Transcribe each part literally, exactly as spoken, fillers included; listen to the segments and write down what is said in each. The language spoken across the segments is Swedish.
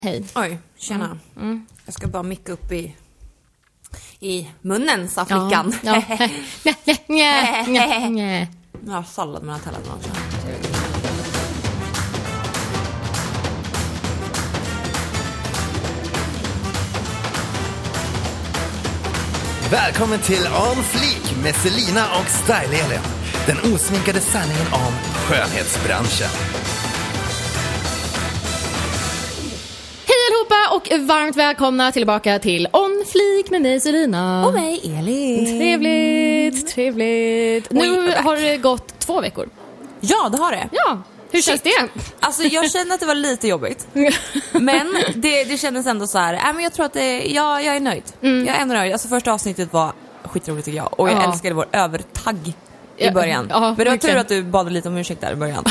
Hej. Oj, tjena. Mm. Mm. Jag ska bara micka upp i i munnen, sa flickan. Ja. Ja. Ja, sallad mellan tänderna också. Välkommen till On Fleek med Selina och Style-Elin. Den osminkade sanningen om skönhetsbranschen. Och varmt välkomna tillbaka till On Fleek med mig Selina. Och mig Elin. Trevligt, trevligt. Oj, nu har det gått två veckor. Ja, det har det. Ja, hur känns det? Alltså jag känner att det var lite jobbigt. Men det, det kändes ändå så här. Äh, men jag tror att det, ja, jag är nöjd. Mm. Jag är ändå nöjd. Alltså första avsnittet var skitroligt tycker jag. Och jag ja. älskade vår övertagg i början. Ja, ja, men det var tur att du bad lite om ursäkt där i början.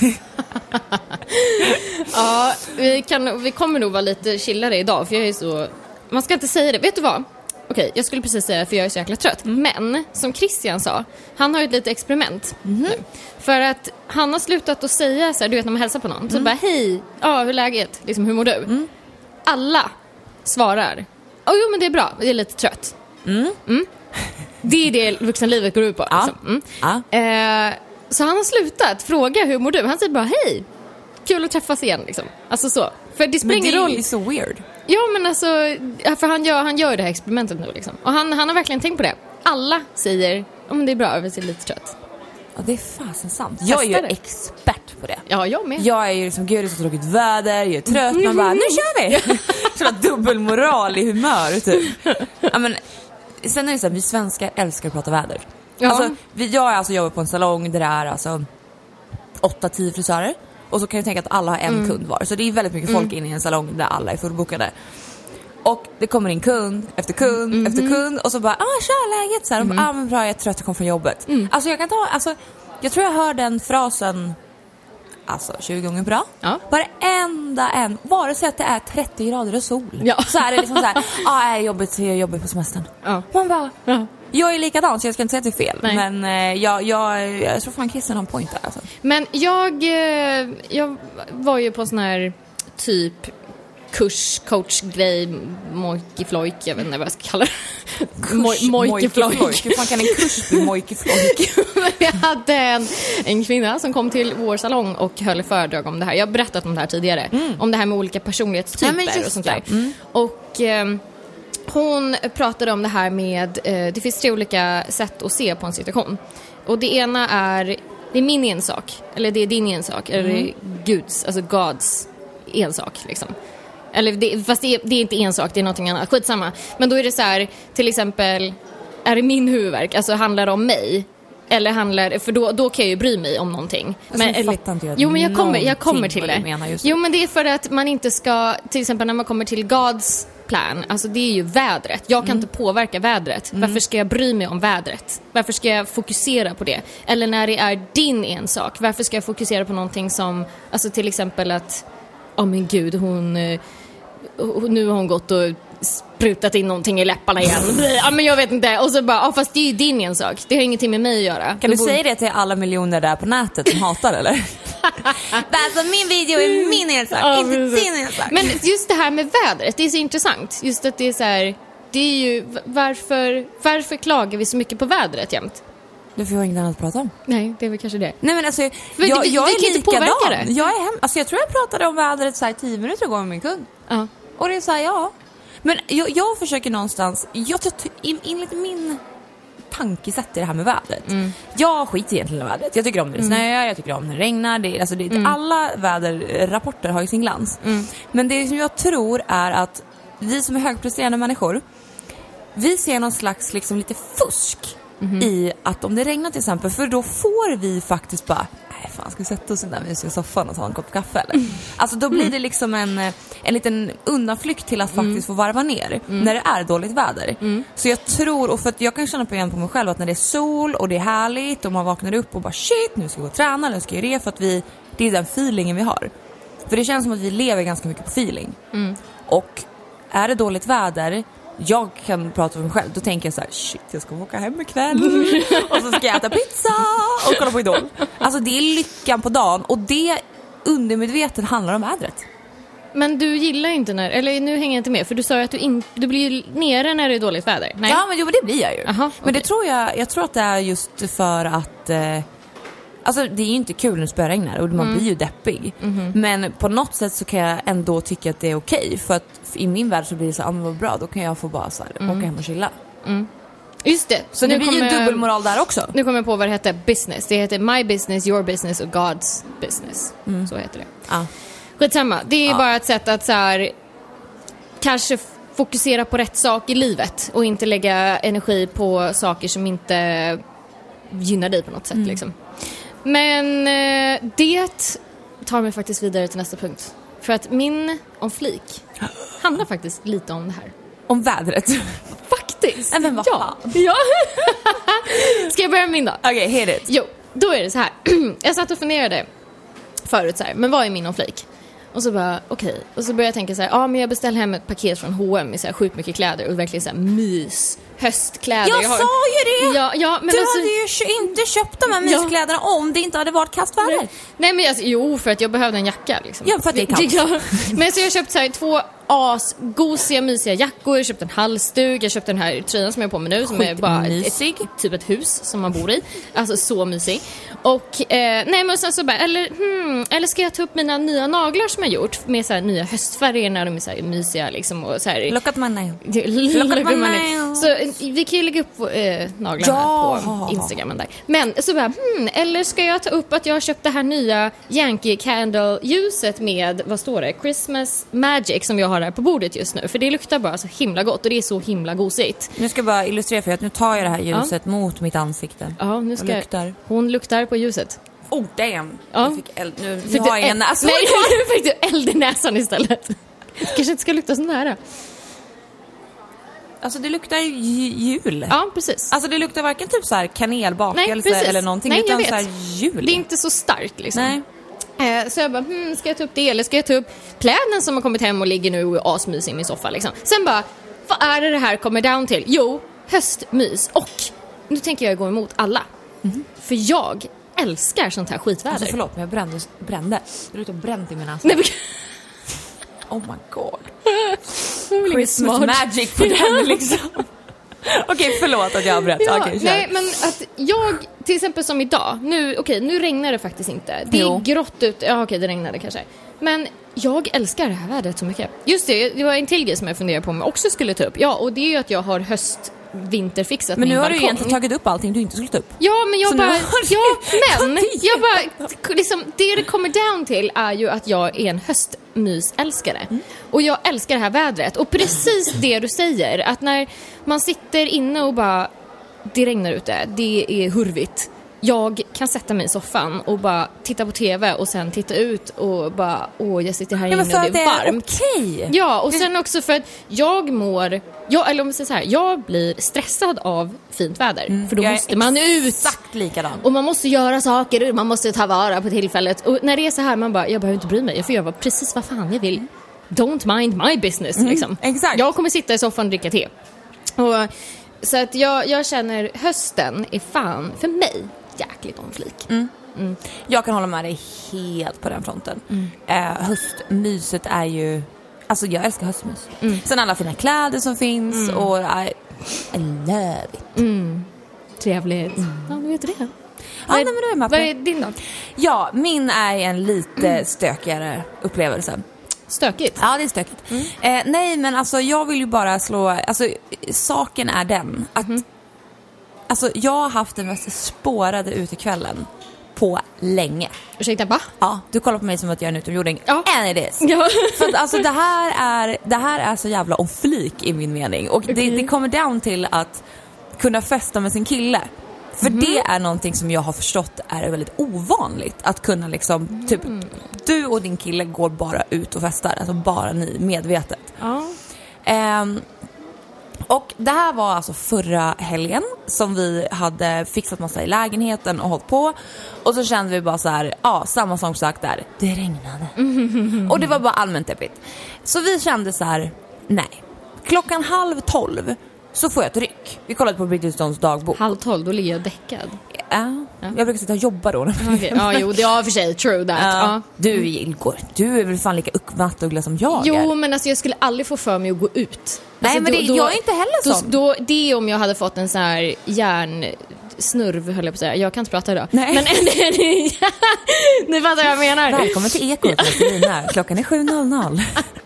Ja, vi, kan, vi kommer nog vara lite chillare idag. För jag är så... Man ska inte säga det. Vet du vad? Okej, jag skulle precis säga för jag är så jäkla trött. Mm. Men, som Christian sa, han har ett litet experiment mm. nu. För att han har slutat att säga så här, du vet när man hälsar på någon. Mm. Så bara, hej, ja, hur är läget? Liksom, hur mår du? Mm. Alla svarar, oh, jo men det är bra, det är lite trött. Mm. Mm. Det är det vuxenlivet går ut på. Ja. Liksom. Mm. Ja. Eh, så han har slutat fråga, hur mår du? Han säger bara, hej, kul att träffas igen liksom. Alltså så. För det spelar ingen roll. Men det är så weird. Ja, men alltså, för han gör, han gör det här experimentet nu liksom. Och han, han har verkligen tänkt på det. Alla säger, ja men det är bra, vi ser lite trött. Ja, det är fasen sant. Jag är ju expert på det. Ja, jag med. Jag är ju liksom, gud det är så tråkigt väder, jag är trött. Man bara, nu kör vi! Sådär dubbelmoral i humör typ. Ja, men sen är det så här, vi svenskar älskar att prata väder. Ja. Alltså, vi, jag är alltså jobbar på en salong där det är alltså åtta tio frisörer. Och så kan jag tänka att alla har en mm. kund var. Så det är väldigt mycket folk mm. inne i en salong där alla är fullbokade. Och det kommer in kund efter kund mm. efter kund. Och så bara, ah, kör läget. Så här, mm. ah, men bra, jag är trött, jag kom från jobbet. Mm. Alltså jag kan ta, alltså jag tror jag hör den frasen alltså tjugo gånger bra. Ja. Bara enda en, vare sig att det är trettio grader och sol. Ja. Så är det liksom så här, ah, är jobbet, jag jobbar på semestern. Ja. Man bara... Ja. Jag är likadan så jag ska inte säga att det är fel. Nej. Men eh, jag, jag, jag tror fan Christian har en point där alltså. Men jag, eh, jag var ju på sån här typ kurs, coach-grej, mojkiflojk, jag vet inte vad jag ska kalla det. Kurs, mojkiflojk. Hur fan kan en kurs bli mojkiflojk? Jag hade en, en kvinna som kom till vår salong och höll föredrag om det här. Jag har berättat om det här tidigare. Mm. Om det här med olika personlighetstyper ja, och sånt där. Mm. Och... Eh, hon pratade om det här med, eh, det finns tre olika sätt att se på en situation. Och det ena är, det är min ensak, eller det är din ensak, mm. eller det är Guds, alltså Gods ensak liksom. Eller det, fast det är, det är inte ensak, det är någonting annat, skitsamma. Men då är det så här, till exempel, är det min huvudvärk, alltså handlar det om mig? Eller handlar, för då, då kan jag ju bry mig om någonting. Alltså, men, eller, inte jo men jag kommer, jag kommer till det. Jo men det är för att man inte ska, till exempel när man kommer till Gods plan, alltså det är ju vädret. Jag kan mm. inte påverka vädret. Mm. Varför ska jag bry mig om vädret? Varför ska jag fokusera på det? Eller när det är din ensak, varför ska jag fokusera på någonting som, alltså till exempel att, åh oh men gud, hon, hon nu har hon gått och sprutat in någonting i läpparna igen. Ja men jag vet inte. Och så bara, ja fast det är ju din ensak. Det har ingenting med mig att göra. Kan du borde... säga det till alla miljoner där på nätet som hatar eller? Alltså min video är min ensak, ja, inte din ensak. Men just det här med vädret, det är så intressant. Just att det är så här, det är ju, varför, varför klagar vi så mycket på vädret jämt? Du får ju inget annat att prata om. Nej, det är väl kanske det. Nej men alltså, jag, vi, jag, vi, jag vi är likadan. Jag är hem, alltså jag tror jag pratade om vädret så här tio minuter ago med min kund. Ja. Och det är så här, ja. Men jag, jag försöker någonstans, jag tar in, in lite min tankesätt i det här med vädret. Mm. Jag skiter egentligen i vädret. Jag tycker om det snöar, mm. jag tycker om när det regnar. Det, alltså det, mm. Alla väderrapporter har ju sin glans. Mm. Men det som jag tror är att vi som är högpresterande människor, vi ser någon slags liksom lite fusk mm. i att om det regnar till exempel, för då får vi faktiskt bara, nej fan, ska vi sätta oss i den där mysiga soffan och ta en kopp kaffe eller? Mm. Alltså då blir det liksom en, en liten undanflykt till att faktiskt mm. få varva ner mm. när det är dåligt väder. Mm. Så jag tror, och för att jag kan känna på igen på mig själv att när det är sol och det är härligt och man vaknar upp och bara shit, nu ska vi gå och träna eller ska jag göra det, för att vi, det är den feelingen vi har. För det känns som att vi lever ganska mycket på feeling. Mm. Och är det dåligt väder, jag kan prata för mig själv, då tänker jag så här, shit, jag ska åka hem ikväll och så ska jag äta pizza och kolla på Idol. Alltså det är lyckan på dagen, och det undermedvetet handlar om vädret. Men du gillar inte när, eller nu hänger jag inte med, för du sa att du, in, du blir nere när det är dåligt väder. Nej. Ja, men jo, det blir jag ju. Aha, men okay. det tror jag, jag tror att det är just för att eh, alltså det är ju inte kul när det spöregnar och man mm. blir ju deppig. Mm-hmm. Men på något sätt så kan jag ändå tycka att det är okej, för att i min värld så blir det så, ja ah, men vad bra, då kan jag få bara så här, mm. åka hem och chilla. Mm. Just det. Så nu det blir ju kommer, dubbelmoral där också. Nu kommer jag på vad det heter, business. Det heter my business, your business och God's business. Mm. Så heter det. Ja. Skitsamma. Det är ja. bara ett sätt att så här, kanske fokusera på rätt sak i livet och inte lägga energi på saker som inte gynnar dig på något sätt. Mm. Liksom. Men eh, det tar mig faktiskt vidare till nästa punkt. För att min om flik handlar faktiskt lite om det här. Om vädret. Faktiskt. Men vad ja. ja. Ska jag börja med min då? Okej, okay, hit it. Jo, då är det så här. Jag satt och funderade förut så här, men vad är min om flik? Och så bara, okej. Okay. Och så började jag tänka så här, ja men jag beställde hem ett paket från H och M med så här sjukt mycket kläder och verkligen så här mys, höstkläder. Jag, jag har... sa ju det! Ja, ja, men du alltså... hade ju inte köpt de här myskläderna ja. om det inte hade varit kastväder. Nej, Nej men alltså, jo, för att jag behövde en jacka liksom. Ja, för att det är kallt. Ja. Men så jag köpt så här två asgosiga, mysiga jackor. Jag köpte en halsduk. Jag köpte den här tröjan som jag är på mig nu, som Skit är bara ett, ett, typ ett hus som man bor i. Alltså så mysig. Och eh, nej men sen så bara, eller, hmm, eller ska jag ta upp mina nya naglar som jag gjort med så här nya höstfärger när de är så här mysiga liksom, och så här. Look at my nail. Look at my nail. Så vi kan ju lägga upp eh, naglarna ja. på Instagramen där. Men så bara, hmm, eller ska jag ta upp att jag har köpt det här nya Yankee Candle ljuset med, vad står det? Christmas Magic som jag har här på bordet just nu. För det luktar bara så himla gott och det är så himla gosigt. Nu ska jag bara illustrera för att nu tar jag det här ljuset ja. mot mitt ansikte. Ja, nu ska luktar. Hon luktar på ljuset. Oh damn. Ja. Jag fick eld. Nu, nu har jag en näsa. Nej, nu fick du eld i näsan istället. Kanske inte ska lukta så nära. Alltså det luktar jul. Ja, precis. Alltså det luktar varken typ så här kanelbakelse eller någonting. Nej, utan så här jul. Det är inte så starkt liksom. Nej. Så jag bara, hmm, ska jag ta upp det eller ska jag ta upp pläden som har kommit hem och ligger nu och är asmys i min soffa liksom. Sen bara, vad är det det här kommer down till? Jo, höstmys. Och nu tänker jag gå emot alla. Mm-hmm. För jag älskar sånt här skitväder. Alltså förlåt, men jag brände. brände. Det luktar bränt i min näsa. Nej, men... Oh my god. Christmas magic på den liksom. Okej, okay, förlåt att jag har berättat. Ja, okay, nej, men att jag, till exempel som idag, nu, okej, okay, nu regnar det faktiskt inte. Det är jo. grått ut, ja okej, okay, det regnade kanske. Men jag älskar det här vädret så mycket. Just det, det var en till grej som jag funderade på om jag också skulle ta upp. Ja, och det är ju att jag har höst vinterfixat men min nu har balkong. Du egentligen tagit upp allting du inte skulle ta upp. Ja, men jag så bara, ja, men jag bara bara liksom, det det kommer down till är ju att jag är en höstmysälskare. Mm. Och jag älskar det här vädret. Och precis det du säger, att när man sitter inne och bara, det regnar ute, det är hurvigt. Jag kan sätta mig i soffan och bara titta på tv och sen titta ut och bara, åh, jag sitter här inne ja, och det är varmt. Okay. Ja, och sen också för att jag mår, jag, eller om vi säger så här, jag blir stressad av fint väder. Mm, för då måste man ut. Exakt likadan. Och man måste göra saker, man måste ta vara på tillfället. Och när det är så här, man bara, jag behöver inte bry mig. Jag får göra precis vad fan jag vill. Don't mind my business, mm, liksom. Exakt. Jag kommer sitta i soffan och dricka te. Och, så att jag, jag känner hösten är fan, för mig, jäkligt om flik. Mm. Mm. Jag kan hålla med dig helt på den fronten. Mm. Eh, höstmyset är ju, alltså jag älskar höstmys. Mm. Sen alla fina kläder som finns mm. och I, I love it. Mm. Trevligt. Mm. Ja, nu vet du det. Ja, nej, men du är med på. Vad är din då? Ja, min är en lite stökigare upplevelse. Stökigt? Ja, det är stökigt. Mm. Eh, nej, men alltså jag vill ju bara slå, alltså saken är den att mm. alltså jag har haft den mest spårade utekvällen på länge. Ursäkta, va? Ja, du kollar på mig som att jag är en utomjording. Ja. And it is. Ja. För att, alltså det här är det här är så jävla om flik i min mening. Och okay. det, det kommer down till att kunna festa med sin kille. För mm. det är någonting som jag har förstått är väldigt ovanligt. Att kunna liksom, mm. typ, du och din kille går bara ut och festar. Alltså bara ni, medvetet. Ja. Um, och det här var alltså förra helgen som vi hade fixat massa i lägenheten och hållit på. Och så kände vi bara så här, ja, samma som sagt där. Det regnade. Mm. Och det var bara allmänt deppigt. Så vi kände så här, nej. Klockan halv tolv så får jag ett ryck. Vi kollade på Bridget Stones dagbok. Halv tolv, då ligger jag däckad. Ja, ja. Jag brukar sitta och jobba då. Okay. Ja, jo, det är för sig true that. Ja. Ja. Du, Ilgor, du är väl fan lika uppvattugla som jag Jo, är. men alltså jag skulle aldrig få för mig att gå ut. Nej, alltså, men det, då, jag är inte heller då, sån. Då, då, det är om jag hade fått en sån här hjärn... snurv höll jag på att säga. Jag kan inte prata idag. Nej. Men ni fattar vad jag menar. Välkommen till Ekot med Selina. Klockan är sju noll noll.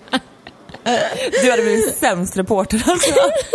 Du hade blivit sämst reporter alltså.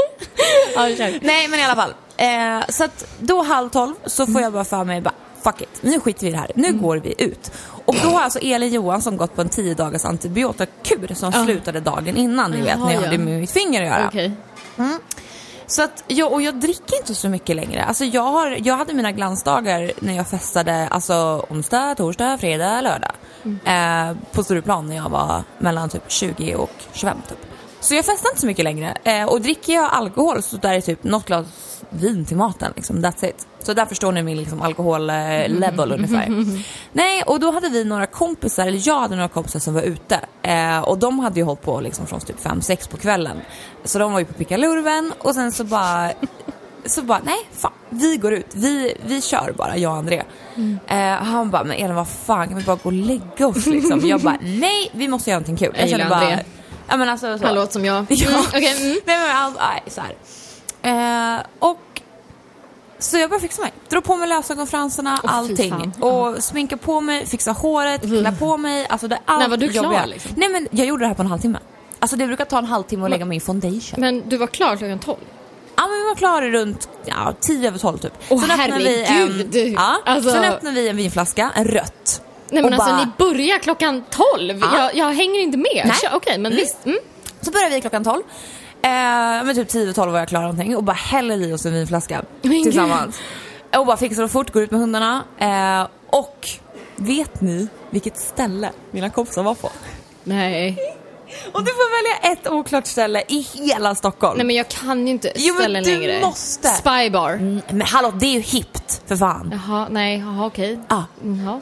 Nej, men i alla fall. Eh, så att då halv tolv så får jag bara för mig bara, fuck it, nu skiter vi i det här. Nu mm. går vi ut. Och då har alltså Elin Johansson gått på en tio dagars antibiotikakur som uh. slutade dagen innan, ni vet, uh, när jag ja. hade med mitt finger att göra. Okay. Mm. Så att jag, och jag dricker inte så mycket längre. Alltså jag, har, jag hade mina glansdagar när jag festade alltså onsdag, torsdag, fredag, lördag. Mm. Eh, på Stureplan när jag var mellan typ tjugo och tjugofem typ. Så jag festar inte så mycket längre. Eh, och dricker jag alkohol så där är typ något glas vin till maten liksom. That's it. Så där förstår ni min liksom alkohollevel ungefär. Mm. Nej, och då hade vi några kompisar, eller jag hade några kompisar som var ute. Eh, och de hade ju hållit på liksom från typ fem sex på kvällen. Så de var ju på Pickalurven och sen så bara... Så bara, nej, fan, vi går ut. Vi, vi kör bara, jag och André. Mm. Eh, han bara, men Elin, vad fan, kan vi bara gå och lägga oss liksom? Jag bara, nej, vi måste göra någonting kul. Jag, jag kände bara... André. Ja, men alltså, så. Han låter som jag. Ja, mm, okay, mm. Nej, men alltså, nej, så här. Eh, och så jag bara fixa mig. Dra på mig lösögonfransarna, oh, allting. Och sminka på mig, fixa håret, mm. klä på mig. Alltså det är allt. När var du klar liksom? Nej, men jag gjorde det här på en halvtimme. Alltså det brukar ta en halvtimme att lägga mig i foundation. Men du var klar klockan tolv? Ja, men vi var klara runt ja, tio över tolv typ. Åh, sen öppnade vi en, ja, alltså... sen öppnade vi en vinflaska, en rött. Nej, men alltså bara... ni börjar klockan tolv. Ja. Jag, jag hänger inte med. Okej, okay, men mm. visst. Mm. Så började vi klockan tolv. Eh, men typ tio över tolv var jag klar någonting och bara häller i oss en vinflaska men tillsammans. Gud. Och bara fixar det fort, går ut med hundarna. Eh, och vet ni vilket ställe mina kompisar var på? Nej. Och du får välja ett oklart ställe i hela Stockholm. Nej, men jag kan ju inte jo, ställen men du längre. måste. Spybar. Mm, men hallå, det är ju hippt för fan. Jaha, nej, jaha, okej. Ah. Jaha.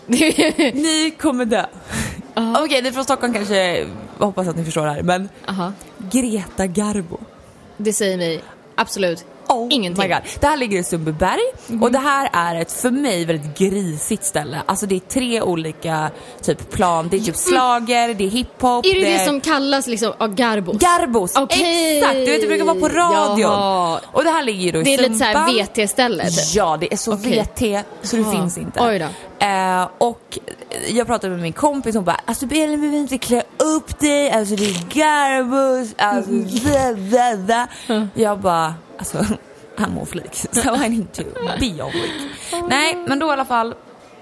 Ni kommer dö. Uh-huh. Okej, okay, ni från Stockholm kanske hoppas att ni förstår det här, men uh-huh. Greta Garbo. Det säger mig absolut oh ingenting. My God. Det här ligger i Sundbyberg mm-hmm. och det här är ett för mig väldigt grisigt ställe. Alltså det är tre olika typ plan. Det är typ slager, det är hiphop. Är det det, det är... som kallas liksom av Garbos? Garbos, okay. Exakt. Du vet, det brukar vara på radion. Jaha. Och det här ligger ju då i det är Sumpan. Lite så här V T-stället. Ja, det är så okay. V T så det Jaha. Finns inte. Oj då. Uh, och jag pratade med min kompis och bara, alltså Elin, vi vill inte klä upp dig, alltså det är Garbos, alltså mm. da, da, da. Mm. Jag bara, alltså I'm off leak, so I need to be off leak. Mm. Nej, men då i alla fall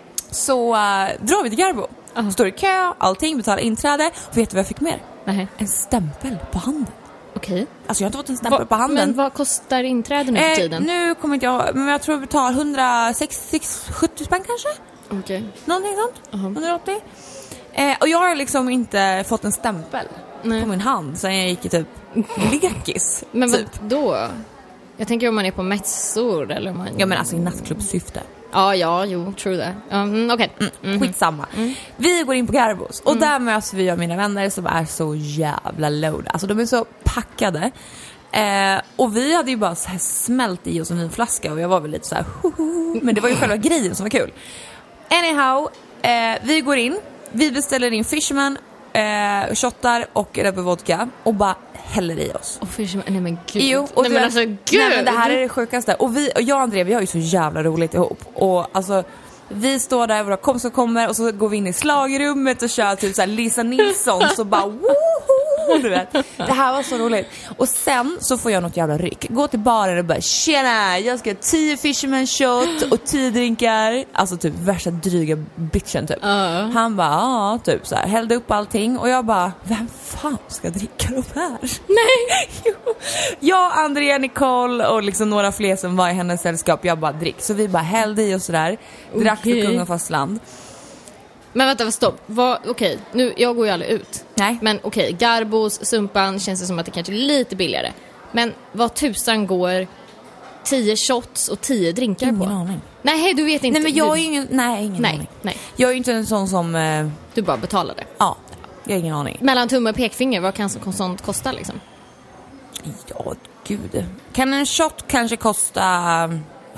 så uh, drar vi till Garbo. Uh-huh. Står i kö, allting, betalar inträde. Och vet du vad jag fick mer? Uh-huh. En stämpel på handen. Okej. Okay. Alltså jag har inte fått en stämpel Va, på handen. Men vad kostar inträde nu för eh, tiden? Nu kommer inte jag, men jag tror vi betalar hundrasextio sjuttio spänn kanske. Okej. Okay. Någonting sånt. Uh-huh. hundraåttio. Eh, och jag har liksom inte fått en stämpel Nej. På min hand sen jag gick i typ lekis. Men typ. vad då? Jag tänker om man är på mässor eller om man... Ja, men alltså i nattklubbssyfte. Ja, ja, jo, true that. Um, Okej. Okay. Mm, mm. Skitsamma. Mm. Vi går in på Garbos. Och mm. där möts vi av mina vänner som är så jävla load. Alltså de är så packade. Eh, och vi hade ju bara så här smält i oss en vinflaska. Och jag var väl lite så här... Hoho. Men det var ju själva grejen som var kul. Anyhow, eh, vi går in. Vi beställer in Fisherman, eh, shottar och Red Bull vodka. Och bara häller i oss. Och Fisherman, nej men gud. Jo, och nej, du, men alltså, gud. Nej, men det här är det sjukaste. Och, vi, och jag och André, vi har ju så jävla roligt ihop. Och alltså... Vi står där, våra kompisar kommer och så går vi in i slagrummet och kör typ så här Lisa Nilsson så bara woho, du vet. Det här var så roligt. Och sen så får jag något jävla ryck. Gå till baren och bara, tjena, jag ska ha tio Fisherman shot och tio drinkar. Alltså typ värsta dryga bitchen typ. Uh. Han bara, ja, typ så här, hällde upp allting och jag bara, vem fan ska dricka de här? Nej. Jo. Jag, Andrea, Nicole och liksom några fler som var i hennes sällskap, jag bara drick. Så vi bara hällde i och sådär. Drack för kung och fastland. Men vänta, stopp. Okej, okay. Nu, jag går ju aldrig ut. Nej. Men okej, okay. Garbos, Sumpan känns det som att det kanske är lite billigare. Men vad tusan går tio shots och tio drinkar ingen på? Ingen aning. Nej, du vet inte. Nej, men jag du... är ingen, nej, ingen nej, aning. Nej. Jag är ju inte en sån som... Eh... Du bara betalade. Ja, jag har ingen aning. Mellan tumme och pekfinger, vad kan sånt kosta liksom? Ja, gud. Kan en shot kanske kosta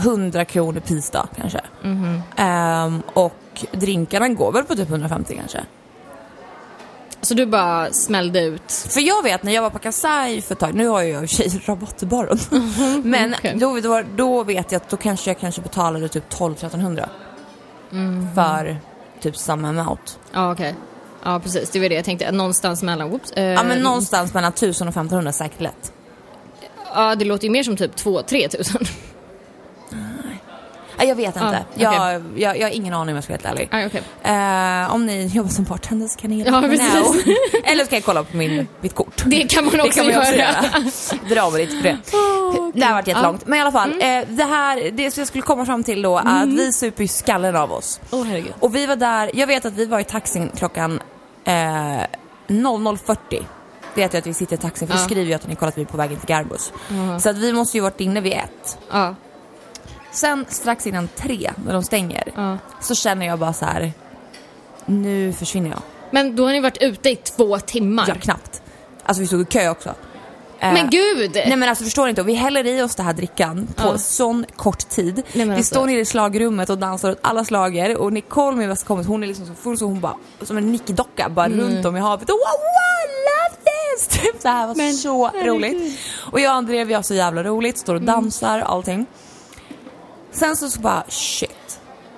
hundra kronor pista kanske. Mm-hmm. Um, och drinkarna går väl på typ hundrafemtio kanske. Så du bara smällde ut? För jag vet, när jag var på Kasai för ett tag, nu har jag tjej rabatt i baren. Mm-hmm. Men okay. då, då, då vet jag att då kanske jag kanske betalade typ tolv till tretton hundra. Mm-hmm. För typ samma amount. Ja, okej. Okay. Ja, precis. Det var det jag tänkte. Någonstans mellan... Whoops, eh, ja, men någonstans mellan tusen och femtonhundra säkert lätt. Ja, det låter ju mer som typ två till tre tusen. Nej, jag vet inte. Ah, okay. jag, jag, jag har ingen aning om jag ska vara helt ärlig. Ah, okay. uh, om ni jobbar som bartender så kan ni ja, precis. Eller ska jag kolla på min, mitt kort. Det kan man också, det kan man göra. också göra. Dra mig lite på det. Oh, okay. Det har varit jättelångt. Ah. Men i alla fall, mm. eh, det här, det jag skulle komma fram till då är mm. att vi super i skallen av oss. Oh, herregud. Och vi var där, jag vet att vi var i taxin klockan eh, noll noll fyrtio. Vet jag att vi sitter i taxin, för ja. Då skriver jag att ni kollat att vi är på vägen till Garbus. Uh-huh. Så att vi måste ju varit inne vid ett. Ja. Sen strax innan tre, när de stänger, uh. så känner jag bara så här: nu försvinner jag. Men då har ni varit ute i två timmar? Ja, knappt. Alltså vi stod i kö också. Men uh, gud! Nej men alltså förstår ni inte, och vi häller i oss det här drickan på uh. sån kort tid. Nej, vi alltså. står nere i slagrummet och dansar åt alla slager. Och Nicole med väst kommit, hon är liksom så full så hon bara, som en Nicky-docka, bara mm. runt om i havet. Och wow, wow, love this! Typ, det här var men, så herregud. roligt. Och jag och André, vi har så jävla roligt, står och dansar, mm. allting. Sen så, så bara, shit,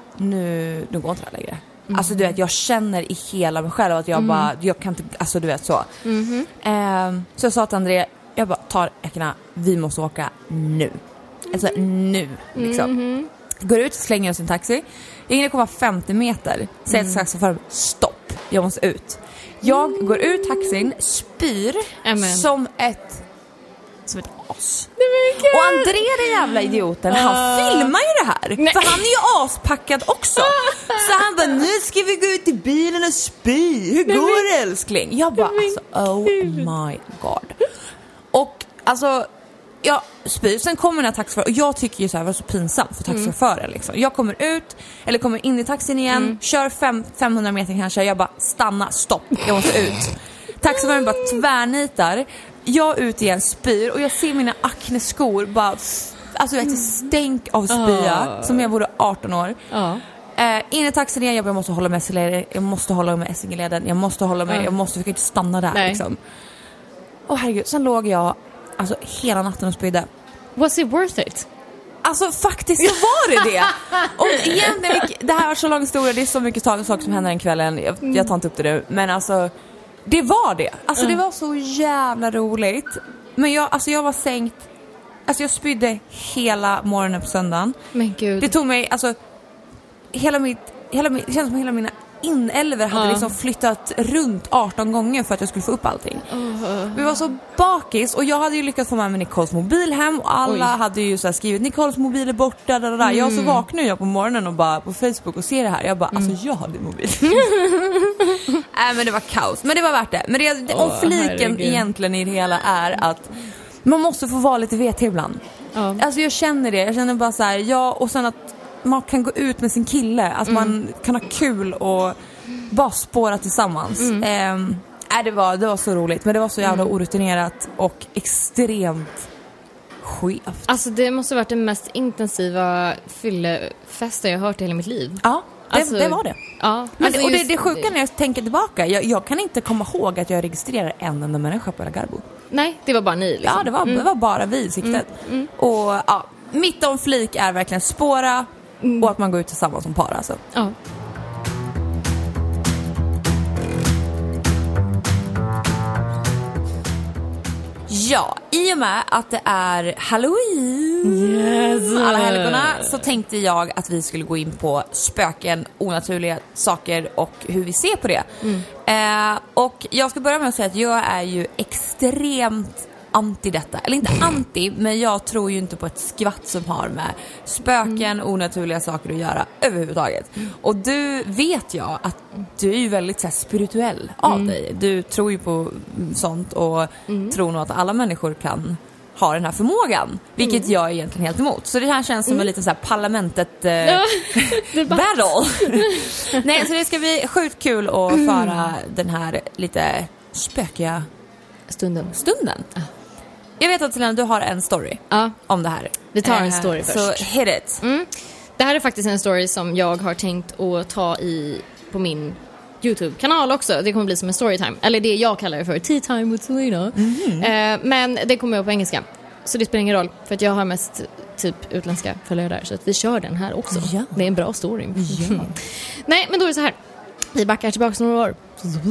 nu, nu går inte det längre. Mm. Alltså du vet, jag känner i hela mig själv att jag mm. bara, jag kan inte, alltså du vet så. Mm-hmm. Eh, så jag sa till André, jag bara tar äckarna, vi måste åka nu. Alltså nu, liksom. Mm-hmm. Går ut, slänger oss i en taxi. Jag hinner komma femtio meter. Säger mm. till taxiföraren, stopp, jag måste ut. Jag mm. går ut taxin, spyr Amen. som ett som ett as. Och André, den jävla idioten, uh. han filmar ju det här. Nej. För han är ju aspackad också. Så han bara, nu ska vi gå ut i bilen och spy. Hur går det, älskling? Jag bara, alltså, oh my god. Och alltså, jag spyr. Sen kommer den här taxiföraren. Och jag tycker ju så här, det var så pinsamt för taxiföraren liksom. Jag kommer ut, eller kommer in i taxin igen, mm. kör fem, femhundra meter kanske. Jag bara, stanna, stopp, jag måste ut. Taxiföraren bara tvärnitar. Jag ut igen, spyr, och jag ser mina akneskor bara, alltså vet, stänk av spya, uh. som jag vore arton år. Uh. Eh, in i taxin igen, jag, bara, jag måste hålla med Essingeleden, jag måste hålla med Essingeleden, jag måste hålla med, uh. jag måste, jag kan inte stanna där. Nej. Liksom. Åh herregud, sen låg jag alltså hela natten och spydde. Was it worth it? Alltså faktiskt så var det det. Och egentligen, det här var så lång historia, det är så mycket saker som händer den kvällen, jag, jag tar inte upp det nu, men alltså det var det. Alltså mm. det var så jävla roligt. Men jag, alltså jag var sänkt. Alltså jag spydde hela morgonen på söndagen. Men gud. Det tog mig, alltså hela mitt, hela mitt, det känns som hela mina inälver hade uh. liksom flyttat runt arton gånger för att jag skulle få upp allting. Uh. Vi var så bakis, och jag hade ju lyckats få med mig Nicoles mobil hem, och alla Oj. hade ju så här skrivit, Nicoles mobil är borta, där, där, där. Mm. Jag så vaknar jag på morgonen och bara på Facebook och ser det här. Jag bara, mm. alltså jag hade mobil. Nej, men det var kaos. Men det var värt det. Men det, det, oh, om fliken herregud. egentligen i det hela är att man måste få vara lite vet ibland. Oh. Alltså jag känner det. Jag känner bara så här, ja, och sen att man kan gå ut med sin kille. Att mm. man kan ha kul och bara spåra tillsammans. Mm. Eh, äh, det, var, det var så roligt. Men det var så jävla mm. orutinerat och extremt skevt. Alltså det måste ha varit den mest intensiva fyllefesten jag har hört i hela mitt liv. Ja. Det, alltså, det var det. Ja, men alltså och det, just, det sjuka när jag tänker tillbaka, jag, jag kan inte komma ihåg att jag registrerar en enda människa på hela Garbo. Nej, det var bara ni liksom. Ja, det var, mm. det var bara vi i siktet. Mm. Mm. Och ja, mitt om flik är verkligen spåra mm. och att man går ut tillsammans som par alltså. Ja. Ja, i och med att det är Halloween, yes. alla helgerna, så tänkte jag att vi skulle gå in på spöken, onaturliga saker och hur vi ser på det. Mm. Eh, och jag ska börja med att säga att jag är ju extremt anti detta. Eller inte anti, men jag tror ju inte på ett skvatt som har med spöken, mm. onaturliga saker att göra överhuvudtaget. Mm. Och du vet jag att du är ju väldigt så här, spirituell av mm. dig. Du tror ju på sånt och mm. tror nog att alla människor kan ha den här förmågan. Vilket mm. jag är egentligen helt emot. Så det här känns som mm. en liten så här parlamentet eh, battle. Nej, så det ska bli sjukt kul att mm. föra den här lite spökiga stunden. stunden. Ah. Jag vet att Helena, du har en story ah. om det här. Vi tar en story uh, först. Så hit it. Mm. Det här är faktiskt en story som jag har tänkt att ta i på min YouTube-kanal också. Det kommer bli som en storytime. Eller det jag kallar det för Tea Time with Selena. Mm-hmm. uh, Men det kommer jag på engelska. Så det spelar ingen roll. För att jag har mest typ utländska följare där. Så att vi kör den här också. Ja. Det är en bra story. Ja. Nej, men då är det så här. Vi backar tillbaka några år.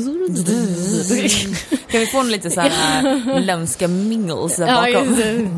Kan vi få en lite så här lömska mingles där bakom?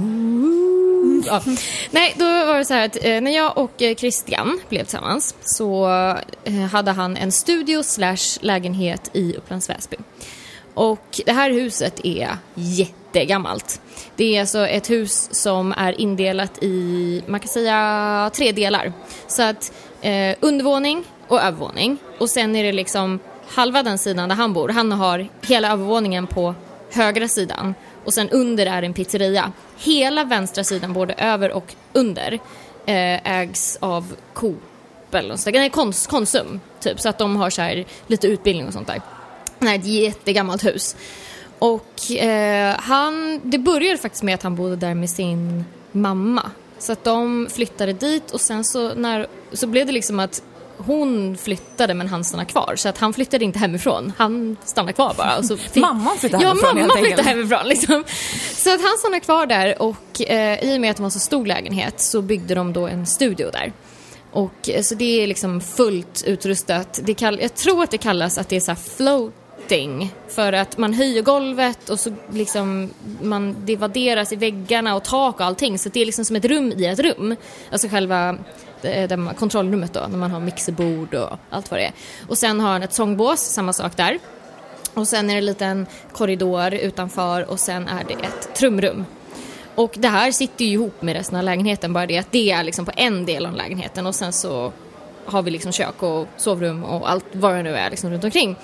Ja. Nej, då var det så här att eh, när jag och eh, Christian blev tillsammans så eh, hade han en studio slash lägenhet i Upplands Väsby. Och det här huset är jättegammalt. Det är alltså ett hus som är indelat i, man kan säga, tre delar. Så att eh, undervåning och övervåning. Och sen är det liksom halva den sidan där han bor. Han har hela övervåningen på högra sidan. Och sen under är en pizzeria. Hela vänstra sidan, både över och under, eh, ägs av Coop eller så. Nej, Kons- Konsum typ. Så att de har så här lite utbildning och sånt där. Det är ett jättegammalt hus. Och eh, han, det började faktiskt med att han bodde där med sin mamma. Så att de flyttade dit och sen så, när, så blev det liksom att hon flyttade men han stannade kvar. Så att han flyttade inte hemifrån. Han stannade kvar bara. Och så fick... Mamman flyttade hemifrån. Ja, mamma flyttade hemifrån liksom. Så att han stannade kvar där. Och eh, i och med att det var så stor lägenhet så byggde de då en studio där. Och eh, så det är liksom fullt utrustat. Det kall- jag tror att det kallas att det är så här floating. För att man höjer golvet och så liksom man, det vadderas i väggarna och tak och allting. Så det är liksom som ett rum i ett rum. Alltså själva... Det kontrollrummet då, när man har mixerbord och allt vad det är. Och sen har han ett sångbås, samma sak där. Och sen är det en liten korridor utanför och sen är det ett trumrum. Och det här sitter ju ihop med resten av lägenheten, bara det att det är liksom på en del av lägenheten och sen så har vi liksom kök och sovrum och allt vad det nu är liksom runt omkring.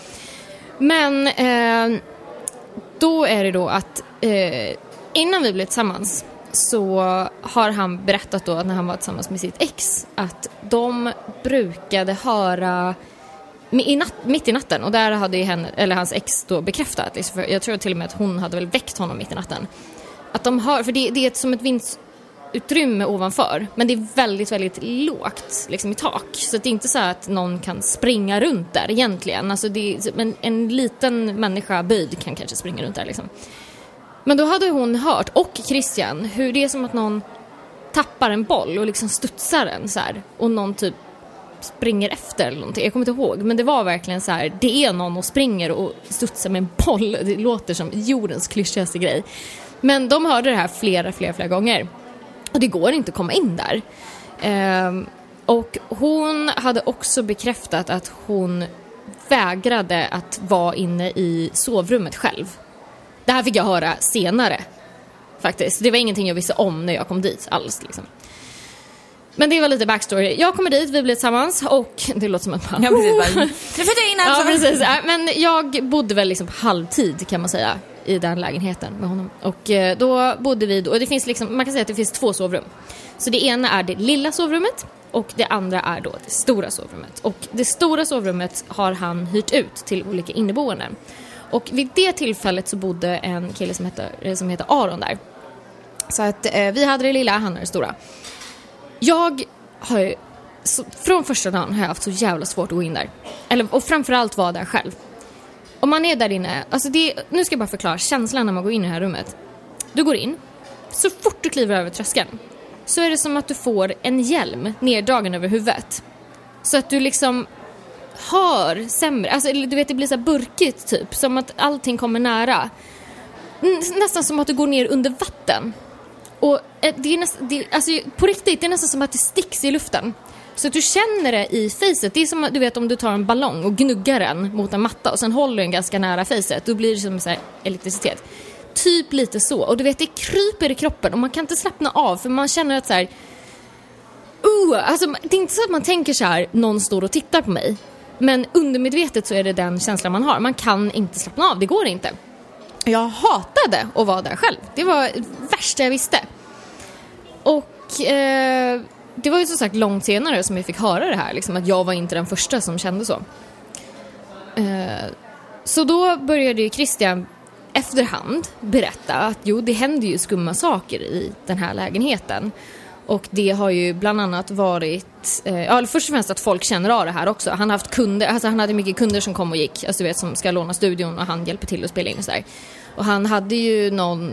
Men eh, då är det då att eh, innan vi blev tillsammans så har han berättat då att när han var tillsammans med sitt ex att de brukade höra i natt, mitt i natten, och där hade ju henne, eller hans ex då bekräftat, jag tror till och med att hon hade väl väckt honom mitt i natten, att de hör, för det, det är som ett vindutrymme ovanför, men det är väldigt, väldigt lågt liksom i tak, så det är inte så att någon kan springa runt där egentligen, alltså det är, men en liten människa böjd kan kanske springa runt där liksom. Men då hade hon hört, och Christian, hur det är som att någon tappar en boll och liksom studsar den så här, och någon typ springer efter eller någonting. Jag kommer inte ihåg, men det var verkligen så här, det är någon och springer och studsar med en boll. Det låter som jordens klyschigaste grej. Men de hörde det här flera, flera, flera gånger. Och det går inte att komma in där. Ehm, och hon hade också bekräftat att hon vägrade att vara inne i sovrummet själv. Det här fick jag höra senare faktiskt. Det var ingenting jag visste om när jag kom dit alls liksom. Men det var lite backstory. Jag kommer dit, vi blev tillsammans och det låter som att man... Ja, precis. Bara, nu får du in alltså. Ja, precis. Men jag bodde väl liksom på halvtid kan man säga i den lägenheten med honom. Och då bodde vi då, och det finns liksom, man kan säga att det finns två sovrum. Så det ena är det lilla sovrummet och det andra är då det stora sovrummet. Och det stora sovrummet har han hyrt ut till olika inneboenden. Och vid det tillfället så bodde en kille som heter, som heter Aron där. Så att eh, vi hade det lilla, han hade det stora. Jag har ju, så, från första dagen har jag haft så jävla svårt att gå in där. Eller, och framförallt vara där själv. Om man är där inne, alltså det, nu ska jag bara förklara känslan när man går in i det här rummet. Du går in, så fort du kliver över tröskeln så är det som att du får en hjälm neddragen över huvudet. Så att du liksom... hör sämre, alltså du vet det blir så här burkigt typ, som att allting kommer nära, nästan som att du går ner under vatten, och det är nästan, det, alltså på riktigt det är nästan som att det sticks i luften, så att du känner det i facet. Det är som att du vet om du tar en ballong och gnuggar den mot en matta och sen håller den ganska nära facet, då blir det som så här elektricitet, typ lite så, och du vet det kryper i kroppen och man kan inte slappna av för man känner att så här, uh, alltså det är inte så att man tänker så här, någon står och tittar på mig. Men undermedvetet så är det den känslan man har. Man kan inte slappna av, det går inte. Jag hatade att vara där själv. Det var det värsta jag visste. Och eh, det var ju så sagt långt senare som jag fick höra det här. Liksom, att jag var inte den första som kände så. Eh, så då började ju Christian efterhand berätta att jo, det händer ju skumma saker i den här lägenheten. Och det har ju bland annat varit, eh, ja, först och främst att folk känner av det här också. Han har haft kunder, alltså han hade mycket kunder som kom och gick, alltså du vet, som ska låna studion och han hjälper till att spela in och sådär. Och han hade ju någon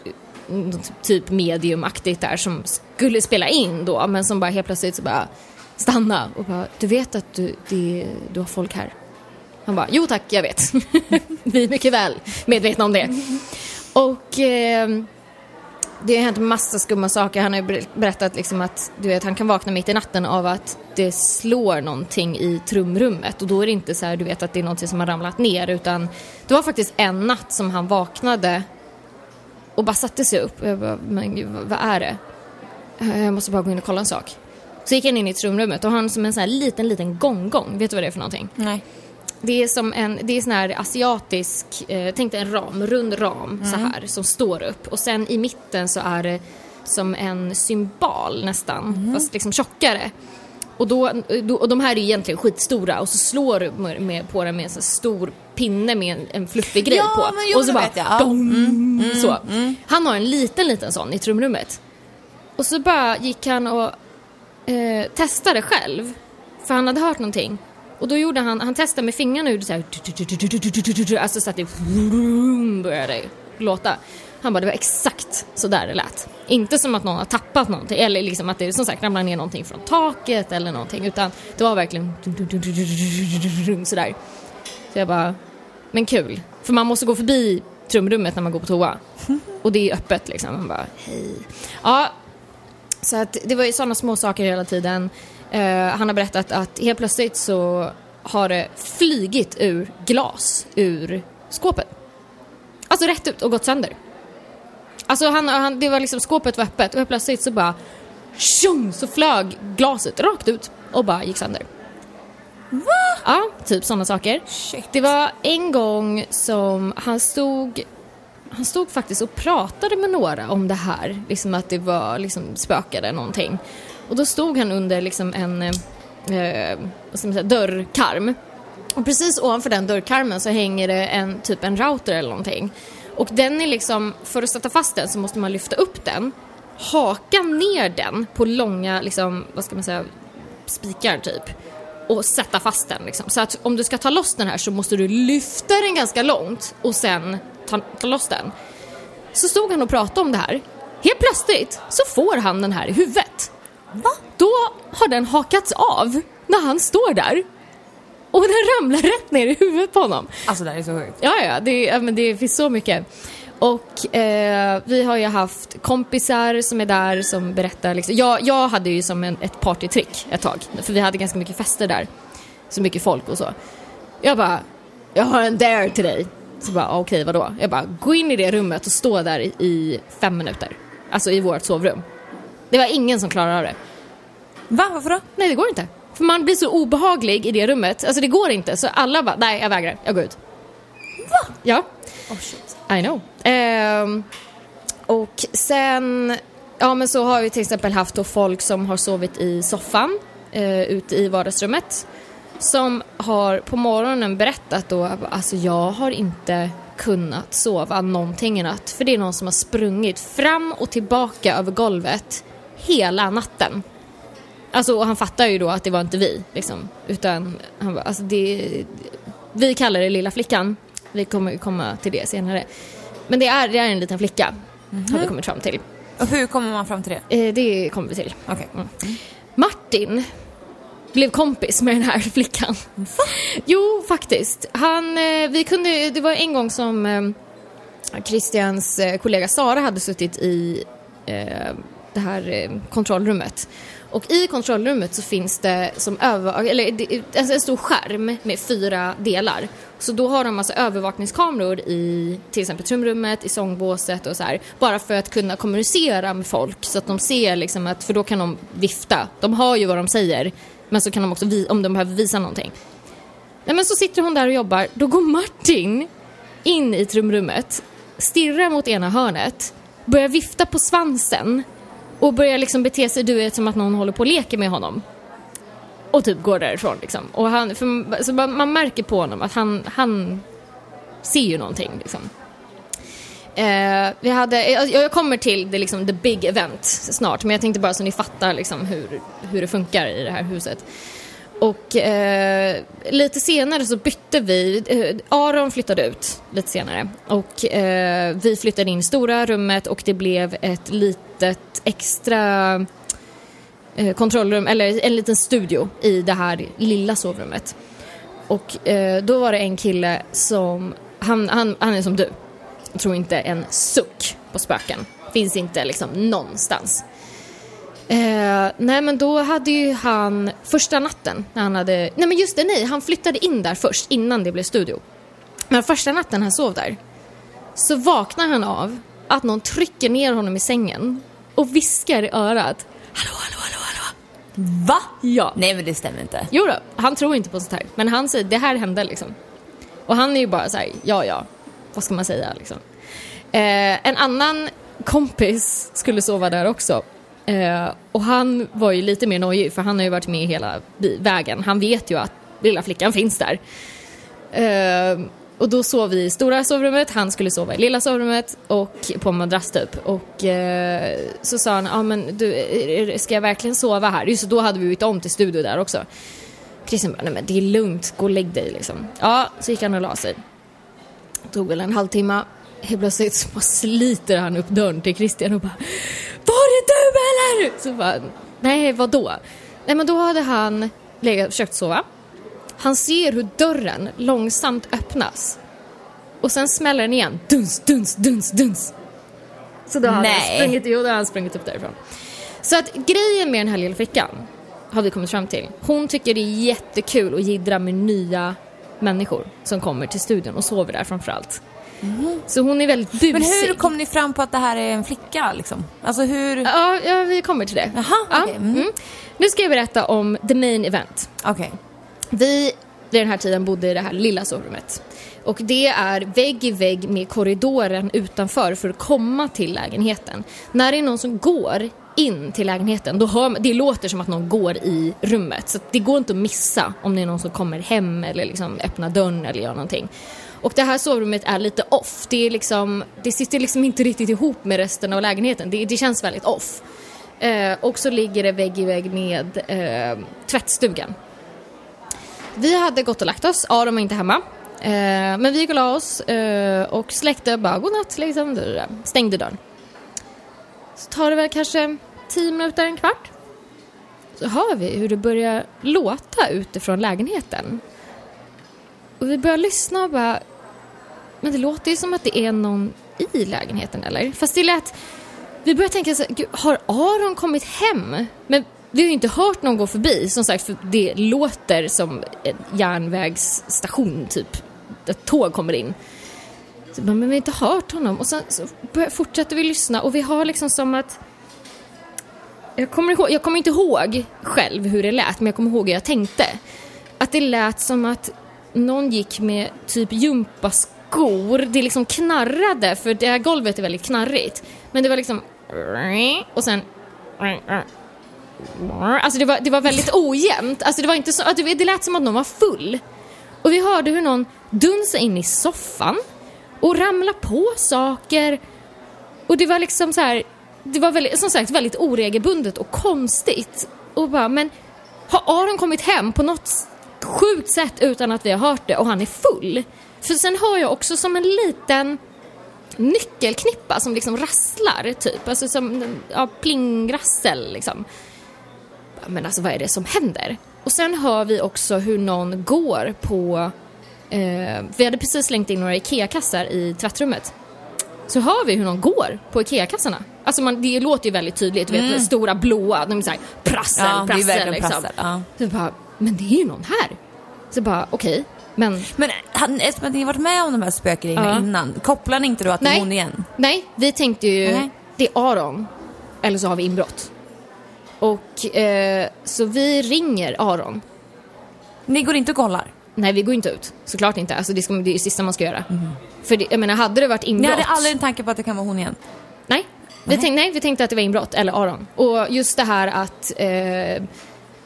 typ mediumaktigt där som skulle spela in då, men som bara helt plötsligt så bara stanna och bara, du vet att du, det, du har folk här. Han bara, jo tack, jag vet. Vi är mycket väl medvetna om det. Och eh, det har hänt massa skumma saker. Han har ju berättat liksom att du vet, han kan vakna mitt i natten av att det slår någonting i trumrummet. Och då är det inte så här, du vet, att det är någonting som har ramlat ner, utan det var faktiskt en natt som han vaknade och bara satte sig upp. Och jag bara, men gud, vad är det? Jag måste bara gå in och kolla en sak. Så gick han in i trumrummet och han som en sån här liten, liten gånggång. Vet du vad det är för någonting? Nej. Det är som en, det är sån här asiatisk, eh, tänk dig en ram, rund ram mm. så här, som står upp. Och sen i mitten så är det som en symbol nästan, mm. fast liksom tjockare. Och, då, då, och de här är egentligen skitstora. Och så slår du med, med, på den med en sån stor pinne med en, en fluffig grej ja, på. Men jo, och så bara, vet jag. Ja. Mm, mm, så. Mm. Han har en liten, liten sån i trumrummet. Och så bara gick han och eh, testade själv. För han hade hört någonting. Och då gjorde han, han testade med fingrarna och gjorde så här, alltså så att det började låta. Han bara, det var exakt så där det lät. Inte som att någon har tappat någonting, eller liksom att det som sagt ramlar ner någonting från taket eller någonting, utan det var verkligen så där. Så jag bara, men kul. För man måste gå förbi trumrummet när man går på toa. Och det är öppet liksom. Man bara, hej. Ja, så att det var ju sådana små saker hela tiden. Uh, han har berättat att helt plötsligt så har det flygit ur glas ur skåpet. Alltså rätt ut och gått sönder. Alltså han, han, det var liksom, skåpet var öppet och helt plötsligt så bara tjong, så flög glaset rakt ut och bara gick sönder. Va? Ja, typ sådana saker. Shit. Det var en gång som han stod han stod faktiskt och pratade med några om det här, liksom att det var liksom spökade någonting. Och då stod han under liksom en eh, vad ska man säga, dörrkarm. Och precis ovanför den dörrkarmen så hänger det en typ en router eller någonting. Och den är liksom, för att sätta fast den så måste man lyfta upp den, haka ner den på långa liksom, vad ska man säga, spikar typ, och sätta fast den liksom. Så att om du ska ta loss den här så måste du lyfta den ganska långt och sen ta, ta loss den. Så stod han och pratade om det här. Helt plötsligt så får han den här i huvudet. Va? Då har den hakats av när han står där. Och den ramlar rätt ner i huvudet på honom. Alltså det är så sjukt. Ja, ja, det, men det finns så mycket. Och eh, vi har ju haft kompisar som är där som berättar liksom. jag, jag hade ju som en, ett partytrick ett tag. För vi hade ganska mycket fester där. Så mycket folk och så. Jag bara, jag har en dare till dig. Så bara, okej, okay, vadå? Jag bara, gå in i det rummet och stå där i, i fem minuter. Alltså i vårt sovrum. Det var ingen som klarade av det. Va? Varför då? Nej, det går inte. För man blir så obehaglig i det rummet. Alltså det går inte. Så alla bara, nej jag vägrar, jag går ut. Va? Ja. Oh shit. I know. Um, och sen, ja men så har vi till exempel haft då folk som har sovit i soffan uh, ute i vardagsrummet. Som har på morgonen berättat då, alltså jag har inte kunnat sova någonting i natt. För det är någon som har sprungit fram och tillbaka över golvet hela natten. Alltså, och han fattar ju då att det var inte vi liksom, utan han bara, alltså det, vi kallar det lilla flickan. Vi kommer komma till det senare. Men det är, det är en liten flicka. Mm-hmm. Har vi kommit fram till. Och hur kommer man fram till det? Eh, det kommer vi till. Okay. Mm. Martin blev kompis med den här flickan. Va? Jo, faktiskt. Han, eh, vi kunde, det var en gång som eh, Christians eh, kollega Sara hade suttit i eh, det här eh, kontrollrummet. Och i kontrollrummet så finns det som över, eller det, alltså en stor skärm med fyra delar. Så då har de alltså övervakningskameror i till exempel trumrummet, i sångbåset och så här. Bara för att kunna kommunicera med folk så att de ser liksom att, för då kan de vifta. De hör ju vad de säger, men så kan de också, om de behöver visa någonting. Nej, men så sitter hon där och jobbar. Då går Martin in i trumrummet, stirrar mot ena hörnet, börjar vifta på svansen. Och börjar liksom bete sig, du vet, som att någon håller på och leker med honom. Och typ går därifrån liksom. Och han, för, så man märker på honom att han, han ser ju någonting liksom. Eh, vi hade, jag, jag kommer till det, liksom, the big event snart, men jag tänkte bara så ni fattar liksom, hur, hur det funkar i det här huset. Och eh, lite senare så bytte vi, eh, Aron flyttade ut lite senare och eh, vi flyttade in i stora rummet och det blev ett litet extra eh, kontrollrum, eller en liten studio i det här lilla sovrummet. Och eh, då var det en kille som, han, han, han är som du, jag tror inte en suck på spöken, finns inte liksom någonstans. Eh, nej men då hade ju han första natten när han hade, nej men just det, nej han flyttade in där först innan det blev studio. Men första natten han sov där så vaknar han av att någon trycker ner honom i sängen och viskar i örat: hallå, hallå, hallå, hallå. Va? Ja. Nej men det stämmer inte. Jo då, han tror inte på sånt här, men han säger det här hände liksom. Och han är ju bara så här, ja ja, vad ska man säga liksom. eh, En annan kompis skulle sova där också. Uh, och han var ju lite mer nojig, för han har ju varit med hela vägen. Han vet ju att lilla flickan finns där. Uh, och då sov vi i stora sovrummet, han skulle sova i lilla sovrummet och på madrass typ. Och uh, så sa han, ja ah, men du, ska jag verkligen sova här? Just då hade vi bytt om till studio där också. Christian bara, nej men det är lugnt, gå och lägg dig liksom. Ja, så gick han och la sig. Det tog väl en halvtimme. Helt plötsligt så sliter han upp dörren till Christian och bara, var det du eller? Så bara, nej vadå? Nej men då hade han legat, försökt sova. Han ser hur dörren långsamt öppnas. Och sen smäller den igen. Duns, duns, duns, duns. Så då har han sprungit, jo, då har han sprungit upp därifrån. Så att grejen med den här lilla flickan har vi kommit fram till. Hon tycker det är jättekul att jiddra med nya människor som kommer till studion och sover där framförallt. Mm. Så hon är väldigt busig. Men hur kom ni fram på att det här är en flicka liksom? Alltså hur... Ja, ja vi kommer till det. Jaha, ja. Okay. Mm. Mm. Nu ska jag berätta om the main event. Okej. Okay. Vi vid den här tiden bodde i det här lilla sovrummet. Och det är vägg i vägg med korridoren utanför för att komma till lägenheten. När det är någon som går in till lägenheten, då hör man, det låter som att någon går i rummet. Så det går inte att missa om det är någon som kommer hem eller liksom öppnar dörren eller gör någonting. Och det här sovrummet är lite off. Det, är liksom, det sitter liksom inte riktigt ihop med resten av lägenheten. Det, det känns väldigt off. Eh, och så ligger det vägg i vägg med eh, tvättstugan. Vi hade gått och lagt oss. Aron var inte hemma. Eh, men vi gick och la oss eh, och släckte bara godnatt. Liksom, stängde dörren. Så tar det väl kanske tio minuter, en kvart. Så hör vi hur det börjar låta utifrån lägenheten. Och vi börjar lyssna och bara, men det låter ju som att det är någon i lägenheten, eller? Fast det lät, vi börjar tänka så, gud, har Aron kommit hem? Men vi har ju inte hört någon gå förbi, som sagt, för det låter som en järnvägsstation typ, ett tåg kommer in. Så, men vi har inte hört honom. Och sen så börjar, fortsätter vi lyssna och vi har liksom som att, jag kommer, ihåg, jag kommer inte ihåg själv hur det lät, men jag kommer ihåg hur jag tänkte. Att det lät som att någon gick med typ gympaskor. Det liksom knarrade, för det här golvet är väldigt knarrigt. Men det var liksom, och sen, alltså det var, det var väldigt ojämnt. Alltså det var inte så, det, det lät som att någon var full. Och vi hörde hur någon dunsade in i soffan och ramla på saker. Och det var liksom så här, det var väldigt, som sagt väldigt oregelbundet och konstigt. Och bara, men har Aron kommit hem på något sjukt sätt utan att vi har hört det och han är full? För sen hör jag också som en liten nyckelknippa som liksom rasslar typ, alltså som ja, plingrassel liksom. Men alltså vad är det som händer? Och sen hör vi också hur någon går på eh, vi hade precis slängt in några Ikea-kassar i tvättrummet. Så hör vi hur någon går på Ikea-kassarna. Alltså man, det låter ju väldigt tydligt, mm. vet, stora blåa, de är så här prassel, ja, prassel, det är liksom. prassel, ja. Så bara, men det är ju någon här. Så bara, okej, okay, men... Men eftersom att ni har varit med om de här spökerierna ja. innan, kopplar ni inte då att det är hon igen? Nej, vi tänkte ju, Nej. det är Aron, eller så har vi inbrott. Och eh, så vi ringer Aron. Ni går inte och kollar? Nej, vi går inte ut. Såklart inte. Alltså det, ska, det är det sista man ska göra. Mm. För det, jag menar, hade det varit inbrott... Ni hade aldrig en tanke på att det kan vara hon igen? Nej. Vi, tänk, nej, vi tänkte att det var inbrott, eller Aron. Och just det här att... Eh,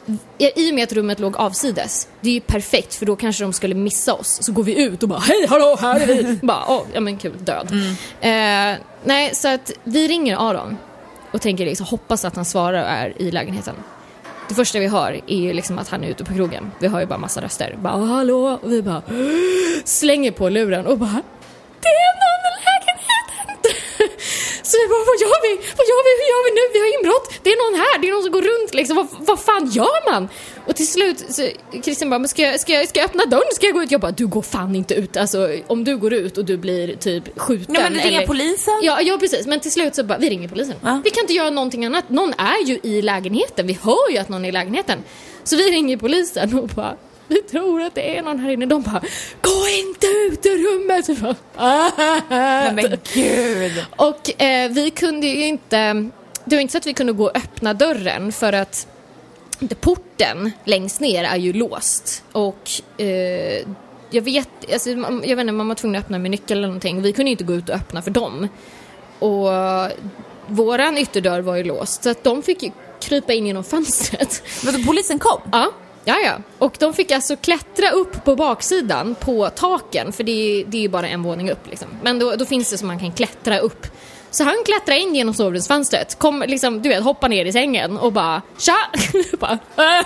i och med att rummet låg avsides, det är ju perfekt, för då kanske de skulle missa oss. Så går vi ut och bara, hej, hallå, här är vi. Bara, åh, ja men kul, död. Mm. Eh, nej, så att vi ringer Aron och tänker liksom, hoppas att han svarar och är i lägenheten. Det första vi hör är ju liksom att han är ute på krogen. Vi hör ju bara massa röster. Bara, hallå, och vi bara slänger på luren och bara, det är någon i lägenheten. Så vi bara, vad gör vi? Vad gör vi? Hur gör vi nu? Vi har inbrott. Det är någon här. Det är någon som går runt liksom. Vad, vad fan gör man? Och till slut så Christian bara, men ska jag, ska, jag, ska jag öppna dörren? Ska jag gå ut? Jag bara, du går fan inte ut. Alltså om du går ut och du blir typ skjuten. Ja, men du ringer eller... polisen. Ja, ja, precis. Men till slut så bara, vi ringer polisen. Ja. Vi kan inte göra någonting annat. Någon är ju i lägenheten. Vi hör ju att någon är i lägenheten. Så vi ringer polisen och bara, vi tror att det är någon här inne. De bara, gå inte ut ur rummet. Bara, nej men gud. Och eh, vi kunde ju inte, det var inte så att vi kunde gå och öppna dörren, för att porten längst ner är ju låst. Och eh, jag vet, alltså, jag vet inte, man var tvungen att öppna med nyckel eller någonting. Vi kunde inte gå ut och öppna för dem. Och våran ytterdörr var ju låst, så att de fick ju krypa in genom fönstret. Men polisen kom? Ja. Ja, ja. Och de fick alltså klättra upp på baksidan på taken, för det är, det är ju bara en våning upp liksom. Men då, då finns det som man kan klättra upp. Så han klättrar in genom sovrumsfönstret, kom liksom, du vet, hoppa ner i sängen och bara, tja! bara,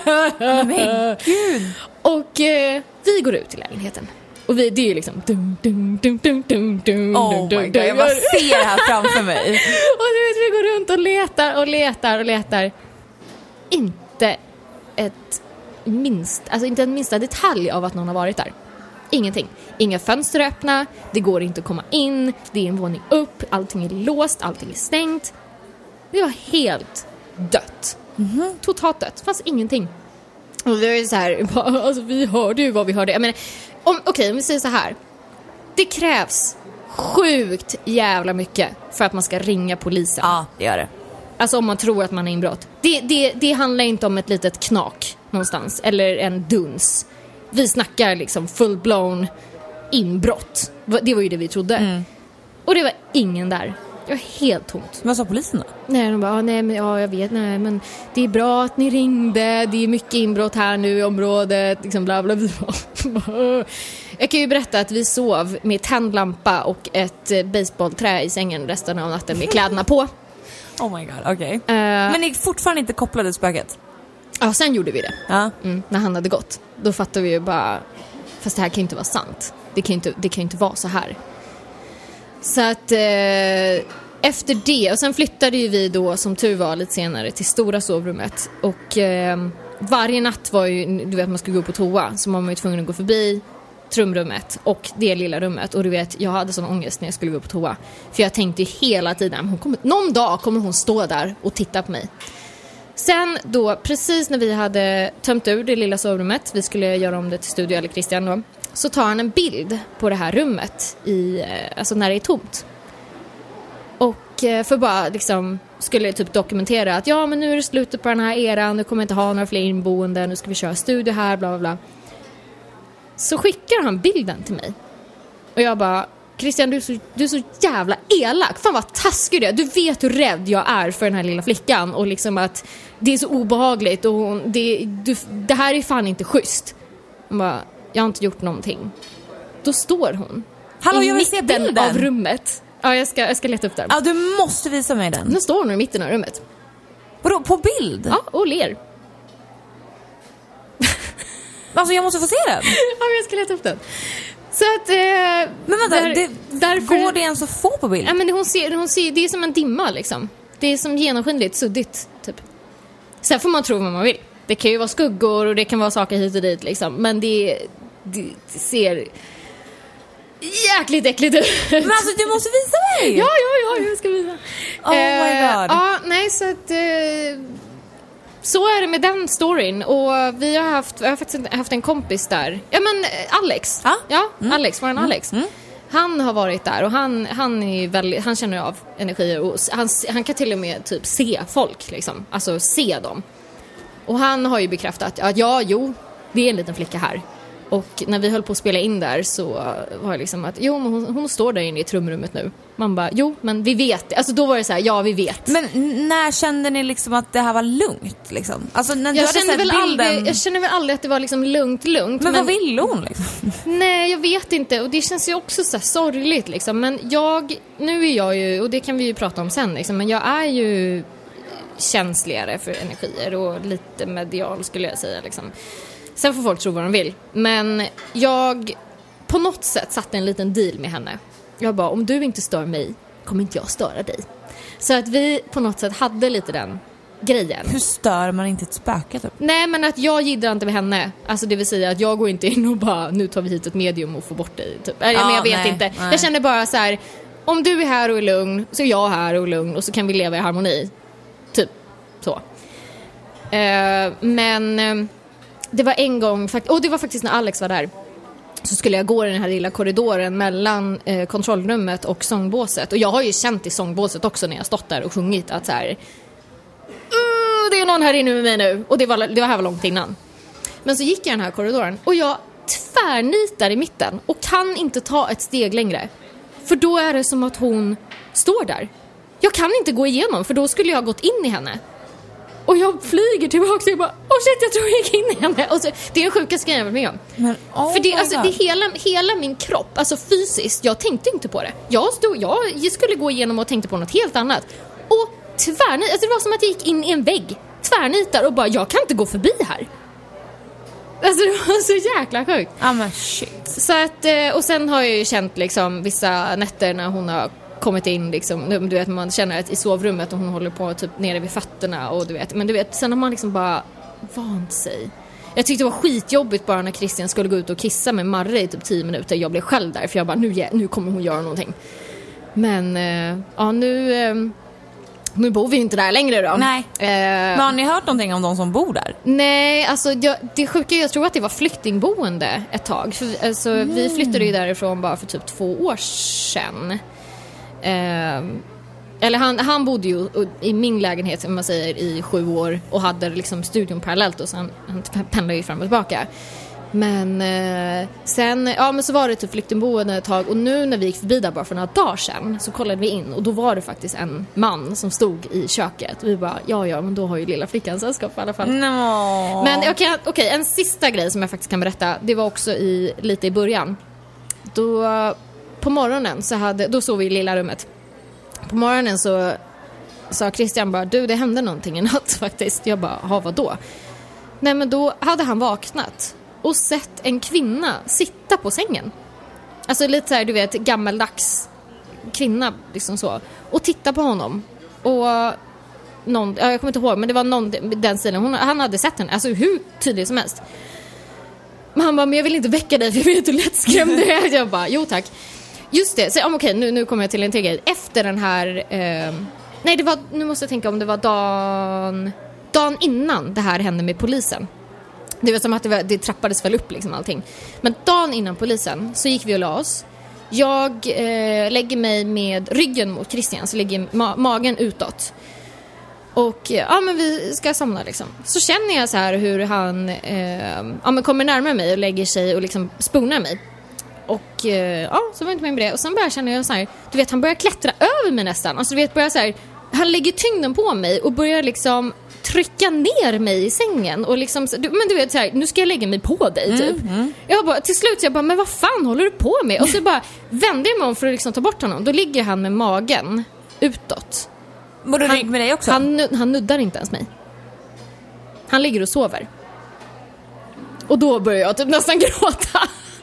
men gud! Och eh, vi går ut i lägenheten. Och vi, det är ju liksom dum, dum, dum, dum, dum, dum, oh my God, jag bara ser det här framför mig. Och du vet, vi går runt och letar och letar och letar. Inte ett minst, alltså inte en minsta detalj av att någon har varit där. Ingenting. Inga fönster öppna, det går inte att komma in, det är en våning upp, allting är låst, allting är stängt. Det var helt dött. Mm-hmm. Totalt dött. Det fanns ingenting. Och det var ju så här, alltså vi hörde ju vad vi hörde. Jag menar, om, okej, okay, om vi säger så här. Det krävs sjukt jävla mycket för att man ska ringa polisen. Ja, det gör det. Alltså om man tror att man är inbrott. Det, det, det handlar inte om ett litet knak någonstans, eller en duns. Vi snackar liksom full-blown inbrott. Det var ju det vi trodde. Mm. Och det var ingen där. Det var helt tomt. Vad sa polisen då? Nej, de bara, nej men ja, jag vet, nej men det är bra att ni ringde. Det är mycket inbrott här nu i området, liksom bla bla bla. Jag kan ju berätta att vi sov med tändlampa och ett baseballträ i sängen resten av natten med kläderna på. Oh my god, okej. Okay. Uh, men ni fortfarande inte kopplade spöket? Ja, sen gjorde vi det. Ja. Mm, när han hade gått. Då fattade vi ju bara, fast det här kan ju inte vara sant. Det kan ju inte, det kan ju inte vara så här. Så att eh, efter det, och sen flyttade ju vi då som tur var lite senare till stora sovrummet. Och eh, varje natt var ju, du vet, man skulle gå på toa, så man var ju tvungen att gå förbi trumrummet och det lilla rummet. Och du vet, jag hade sån ångest när jag skulle gå på toa. För jag tänkte hela tiden, hon kommer, någon dag kommer hon stå där och titta på mig. Sen då, precis när vi hade tömt ur det lilla sovrummet, vi skulle göra om det till studio, eller Christian då, så tar han en bild på det här rummet i, alltså när det är tomt. Och för bara liksom skulle typ dokumentera att ja, men nu är det slutet på den här eran, nu kommer jag inte ha några fler inboende, nu ska vi köra studio här, bla bla bla. Så skickar han bilden till mig. Och jag bara, Christian, du är, så, du är så jävla elak. Fan vad taskig du är. Du vet hur rädd jag är för den här lilla flickan. Och liksom att det är så obehagligt. Och hon, det, du, det här är fan inte schysst. Hon bara, jag har inte gjort någonting. Då står hon Hallå, i jag vill se mitten bilden av rummet. Ja, jag ska, jag ska leta upp den. Ja, du måste visa mig den. Nu står hon i mitten av rummet. Vadå, på bild? Ja, och ler. Alltså, jag måste få se den. Ja, jag ska leta upp den. Så att, eh, men vänta, där, det, därför... går det ens att få på bild? Ja, men hon ser, hon ser, det är som en dimma liksom. Det är som genomskinligt, suddigt typ. Sen får man tro vad man vill. Det kan ju vara skuggor och det kan vara saker hit och dit liksom. Men det, det, det ser jäkligt äckligt ut. Men alltså, du måste visa mig. Ja, ja, ja, jag ska visa. Oh eh, my god. Ja, nej, så att... Eh, så är det med den storyn. Och vi har haft, jag har faktiskt haft en kompis där. Ja, men Alex. Ah? Ja, mm. Alex, våran mm. Alex. Mm. Han har varit där och han, han, är väldigt, han känner av energier. Och han, han kan till och med typ se folk, liksom. Alltså se dem. Och han har ju bekräftat att ja, jo, det är en liten flicka här. Och när vi höll på att spela in där så var det liksom att jo, men hon, hon står där inne i trumrummet nu. Man bara, jo, men vi vet det. Alltså då var det så här, ja, vi vet. Men när kände ni liksom att det här var lugnt liksom? Alltså när jag, kände väl bilden... aldrig, jag kände väl aldrig att det var liksom lugnt, lugnt. Men, men vad ville hon liksom? Nej, jag vet inte. Och det känns ju också så här sorgligt liksom. Men jag, nu är jag ju, och det kan vi ju prata om sen liksom, men jag är ju känsligare för energier och lite medial skulle jag säga liksom. Sen får folk tro vad de vill. Men jag på något sätt satte en liten deal med henne. Jag bara, om du inte stör mig kommer inte jag störa dig. Så att vi på något sätt hade lite den grejen. Hur stör man inte ett spöke typ? Nej, men att jag giddrar inte med henne. Alltså det vill säga att jag går inte in och bara, nu tar vi hit ett medium och får bort dig typ. Ja, men jag vet nej, inte. Nej. Jag känner bara så här, om du är här och är lugn så är jag här och är lugn och så kan vi leva i harmoni. Typ så. Uh, men... Uh, Det var en gång, och det var faktiskt när Alex var där. Så skulle jag gå i den här lilla korridoren mellan eh, kontrollrummet och sångbåset. Och jag har ju känt i sångbåset också när jag stått där och sjungit att så här, det är någon här inne med mig nu. Och det var, det var här var långt innan. Men så gick jag i den här korridoren och jag tvärnitar i mitten och kan inte ta ett steg längre. För då är det som att hon står där. Jag kan inte gå igenom för då skulle jag ha gått in i henne. Och jag flyger tillbaka och jag bara, åh oh shit, jag tror jag gick in i henne. Och så, det är en sjukaste grejen jag varit med om. Men, oh för det, alltså, det är hela, hela min kropp, alltså fysiskt, jag tänkte inte på det. Jag, stod, jag skulle gå igenom och tänkte på något helt annat. Och tvärnit, alltså det var som att jag gick in i en vägg. Tvärnitar och bara, jag kan inte gå förbi här. Alltså det var så jäkla sjukt. Ja men shit. Så att, och sen har jag ju känt liksom vissa nätter när hon har kommit in liksom, du vet, man känner att i sovrummet och hon håller på typ nere vid fötterna och du vet, men du vet, sen har man liksom bara vant sig. Jag tyckte det var skitjobbigt bara när Christian skulle gå ut och kissa med Marre i typ tio minuter. Jag blev själv där för jag bara, nu, nu kommer hon göra någonting. Men äh, ja, nu äh, nu bor vi inte där längre då. Nej. Äh, men har ni hört någonting om de som bor där? Nej, alltså jag, det sjuka, jag tror att det var flyktingboende ett tag. För, alltså, mm. vi flyttade ju därifrån bara för typ två år sedan. Eh, eller han, han bodde ju i min lägenhet som man säger i sju år och hade liksom studion parallellt och så han, han pendlade ju fram och tillbaka. Men eh, sen ja men så var det typ flyktingboende ett tag och nu när vi gick förbi där bara för några dagar sedan så kollade vi in och då var det faktiskt en man som stod i köket och vi bara ja ja men då har ju lilla flickan sällskap i alla fall. No. Men okej, okay, okay, en sista grej som jag faktiskt kan berätta, det var också i lite i början. Då på morgonen så hade, då sov vi i lilla rummet. På morgonen så sa Christian bara, du det hände någonting i natt faktiskt. Jag bara, ha vad då? Nej men då hade han vaknat och sett en kvinna sitta på sängen. Alltså lite så här, du vet, gammaldags kvinna liksom så. Och titta på honom. Och någon, ja, jag kommer inte ihåg, men det var någon den stilen. Hon, han hade sett henne, alltså hur tydligt som helst. Men han bara, men jag vill inte väcka dig för jag vet hur lätt skrämd du är. Jag bara, jo tack. Just det, så, um, okej, nu, nu kommer jag till en till grej. Efter den här eh, nej, det var, nu måste jag tänka om det var dagen dagen innan det här hände med polisen. Det var som att det, var, det trappades väl upp liksom allting. Men dagen innan polisen så gick vi och la oss. Jag eh, lägger mig med ryggen mot Christian, så lägger ma- magen utåt. Och ja, men vi ska somna liksom. Så känner jag så här hur han eh, ja, men kommer närmare mig och lägger sig och liksom spunnar mig. Och eh, ja, så var jag inte med med det. Och sen börjar känna jag så här, du vet, han börjar klättra över mig nästan. Alltså du vet, börjar så här, han lägger tyngden på mig och börjar liksom trycka ner mig i sängen och liksom, men du vet så här, nu ska jag lägga mig på dig typ. Mm, mm. Jag bara, till slut så jag bara, men vad fan håller du på med? Och så bara vänder jag mig om för att liksom ta bort honom. Då ligger han med magen utåt. Var du rygg med dig också? Han, han nuddar inte ens mig. Han ligger och sover. Och då börjar jag typ nästan gråta.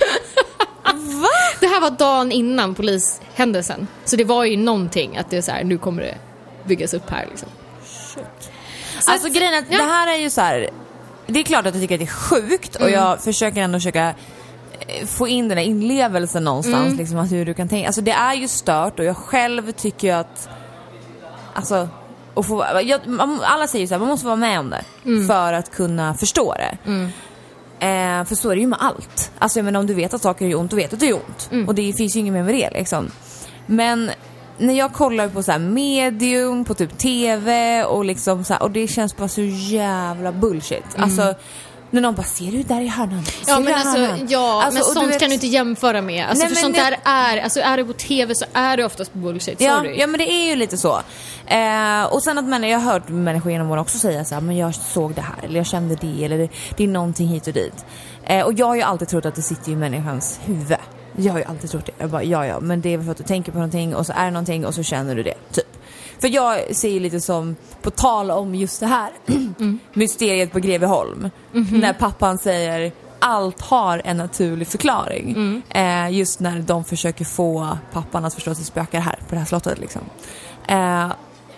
Va? Det här var dagen innan polishändelsen. Så det var ju någonting att det är så här, nu kommer det byggas upp här liksom. Shit. Alltså grejen är att ja. Det här är ju så här, det är klart att jag tycker att det är sjukt och mm. jag försöker ändå försöka få in den här inlevelsen någonstans mm. liksom, att hur du kan tänka. Alltså det är ju stört och jag själv tycker att alltså och få, jag, alla säger ju så här, man måste vara med om det mm. för att kunna förstå det. Mm. Eh, för så är det ju med allt. Alltså jag menar, om du vet att saker är ont, då vet att det är ont. Mm. Och det finns ju inget mer med det liksom. Men när jag kollar på så här medium, på typ tv och liksom så här, och det känns bara så jävla bullshit. Mm. Alltså När någon bara, ser du där i hörnan? Ser ja, men alltså, hörnan? ja, alltså, men sånt du vet... kan du inte jämföra med. Alltså, Nej, för sånt det... där är, alltså är det på tv så är det oftast bullshit, ja, sorry. Ja, men det är ju lite så. Eh, och sen att människor, jag har hört människor genom åren också säga så här, men jag såg det här, eller jag kände det, eller det, det är någonting hit och dit. Eh, och jag har ju alltid trott att det sitter i människans huvud. Jag har ju alltid trott det. Jag bara, ja, ja, men det är för att du tänker på någonting och så är det någonting och så känner du det, typ. För jag ser ju lite som, på tal om just det här, mm. mysteriet på Greveholm. Mm-hmm. När pappan säger, allt har en naturlig förklaring. Mm. Eh, just när de försöker få pappan att förstå att det spökar här på det här slottet. Liksom. Eh,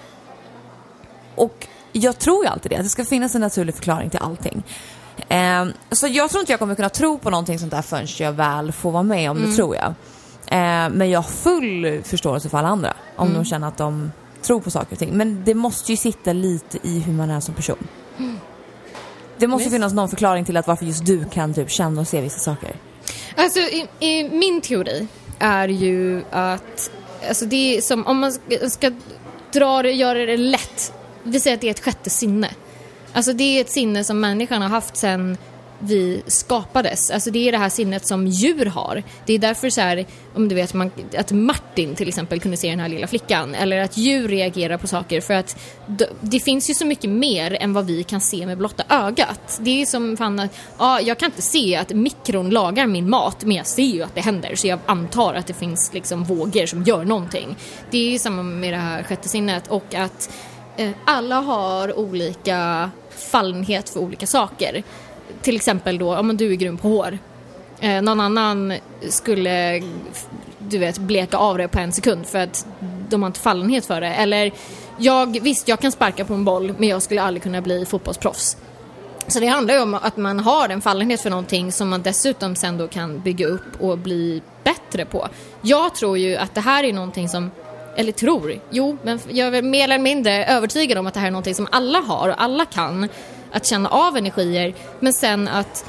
och jag tror ju alltid det, att det ska finnas en naturlig förklaring till allting. Eh, så jag tror inte jag kommer kunna tro på någonting sånt där förrän jag väl får vara med om mm. det, tror jag. Eh, men jag har full förståelse för alla andra. Om mm. de känner att de tror på saker och ting. Men det måste ju sitta lite i hur man är som person. Mm. Det måste Visst. finnas någon förklaring till att varför just du kan typ känna och se vissa saker. Alltså i, i min teori är ju att alltså det är som om man ska, ska dra det, göra det lätt. Vi säger att det är ett sjätte sinne. Alltså det är ett sinne som människan har haft sedan vi skapades. Alltså det är det här sinnet som djur har. Det är därför så här, om du vet man, att Martin till exempel kunde se den här lilla flickan, eller att djur reagerar på saker, för att det, det finns ju så mycket mer än vad vi kan se med blotta ögat. Det är som fan att, ja, jag kan inte se att mikron lagar min mat, men jag ser ju att det händer, så jag antar att det finns liksom vågor som gör någonting. Det är samma med det här sjätte sinnet, och att eh, alla har olika fallenhet för olika saker. Till exempel då, om du är grym på hår. Eh, någon annan skulle, du vet, bleka av det på en sekund för att de har inte fallenhet för det. Eller, jag, visst, jag kan sparka på en boll, men jag skulle aldrig kunna bli fotbollsproffs. Så det handlar ju om att man har en fallenhet för någonting som man dessutom sen då kan bygga upp och bli bättre på. Jag tror ju att det här är någonting som, eller tror, jo, men jag är mer eller mindre övertygad om att det här är någonting som alla har och alla kan. Att känna av energier, men sen att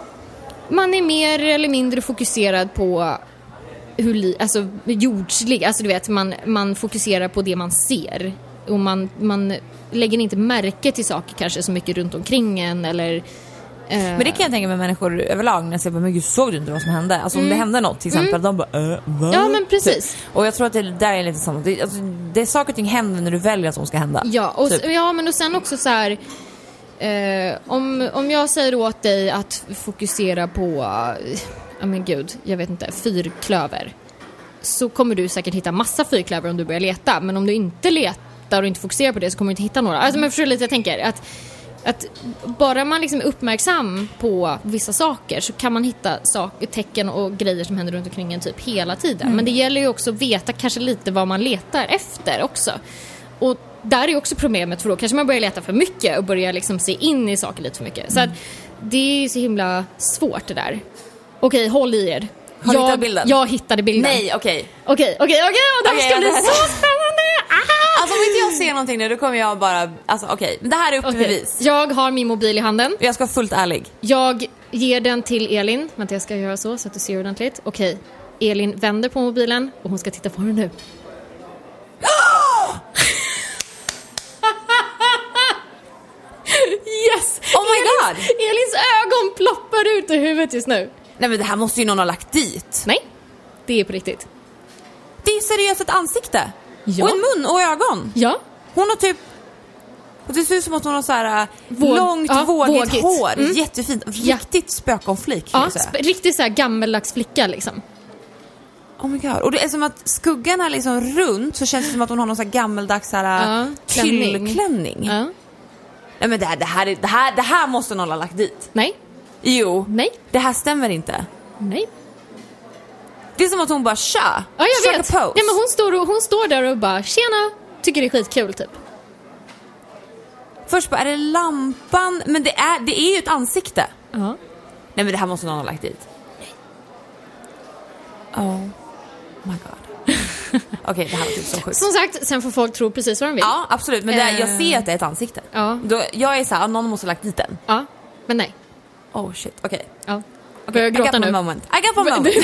man är mer eller mindre fokuserad på hur li, alltså jordslig, alltså du vet, man, man fokuserar på det man ser, och man, man lägger inte märke till saker kanske så mycket runt omkring en, eller eh... men det kan jag tänka med människor överlag, när jag säger, men gud, såg du inte vad som hände? Alltså mm. om det hände något till exempel, mm. de bara, äh, vad? Ja, men precis. Typ. Och jag tror att det där är lite samma, det, alltså, det är saker och ting händer när du väljer att de ska hända. Ja, och, typ. ja men och sen också så här, Eh, om, om jag säger åt dig att fokusera på, ja uh, men gud, jag vet inte, fyrklöver, så kommer du säkert hitta massa fyrklöver om du börjar leta. Men om du inte letar och inte fokuserar på det, så kommer du inte hitta några. Alltså, men jag förstår lite, jag tänker att, att bara man liksom är uppmärksam på vissa saker, så kan man hitta saker, tecken och grejer som händer runt omkring en typ hela tiden. Mm. Men det gäller ju också att veta kanske lite vad man letar efter också. Och där är också problemet, för då kanske man börjar leta för mycket och börjar liksom se in i saker lite för mycket. Mm. Så att det är så himla svårt det där. Okej, håll i er. Har jag, du hittat bilden? Jag hittade bilden. Nej, okej. Okej, okej, okej. Det här okay, ska bli det här... så spännande. Aha! Alltså om inte jag ser någonting nu, då kommer jag bara, alltså okej. Okay. Det här är upp till okay. bevis. Jag har min mobil i handen. Jag ska vara fullt ärlig. Jag ger den till Elin. Vänta, jag ska göra så, så att du ser ordentligt. Okej, Elin vänder på mobilen och hon ska titta på den nu. Yes! Oh my god! Elins, Elins ögon ploppar ut ur huvudet just nu. Nej, men det här måste ju någon ha lagt dit. Nej, det är på riktigt. Det är seriöst ett ansikte. Ja. Och en mun och ögon. Ja. Hon har typ, och det ser ut som att hon har så här Våg... långt, ja, vågigt, vågigt hår. Mm. Jättefint. Riktigt ja. spökonflik. Ja, sp- riktigt så här gammeldags flicka liksom. Oh my god. Och det är som att skuggan är liksom runt, så känns det som att hon har någon så här gammeldags så här ja, tyllklänning. Ja. Nej, men det här, det, här, det, här, det här måste någon ha lagt dit. Nej. Jo. Nej. Det här stämmer inte. Nej. Det är som att hon bara, tja. Ja, jag vet. Nej, men hon står, och, hon står där och bara, tjena, tycker det är skitkul typ. Först bara, är det lampan? Men det är, det är ju ett ansikte. Ja. Uh-huh. Nej, men det här måste någon ha lagt dit. Oh my god. Okej, okay, det här var typ så sjukt. Som sagt, sen får folk tro precis vad de vill. Ja, absolut. Men det är, jag ser att det är ett ansikte. Ja. Då, jag är så här, någon måste ha lagt dit den. Ja, men nej. Oh shit, okej. Okay. Ja. Okay, jag gråta I got nu. my moment. I got my moment.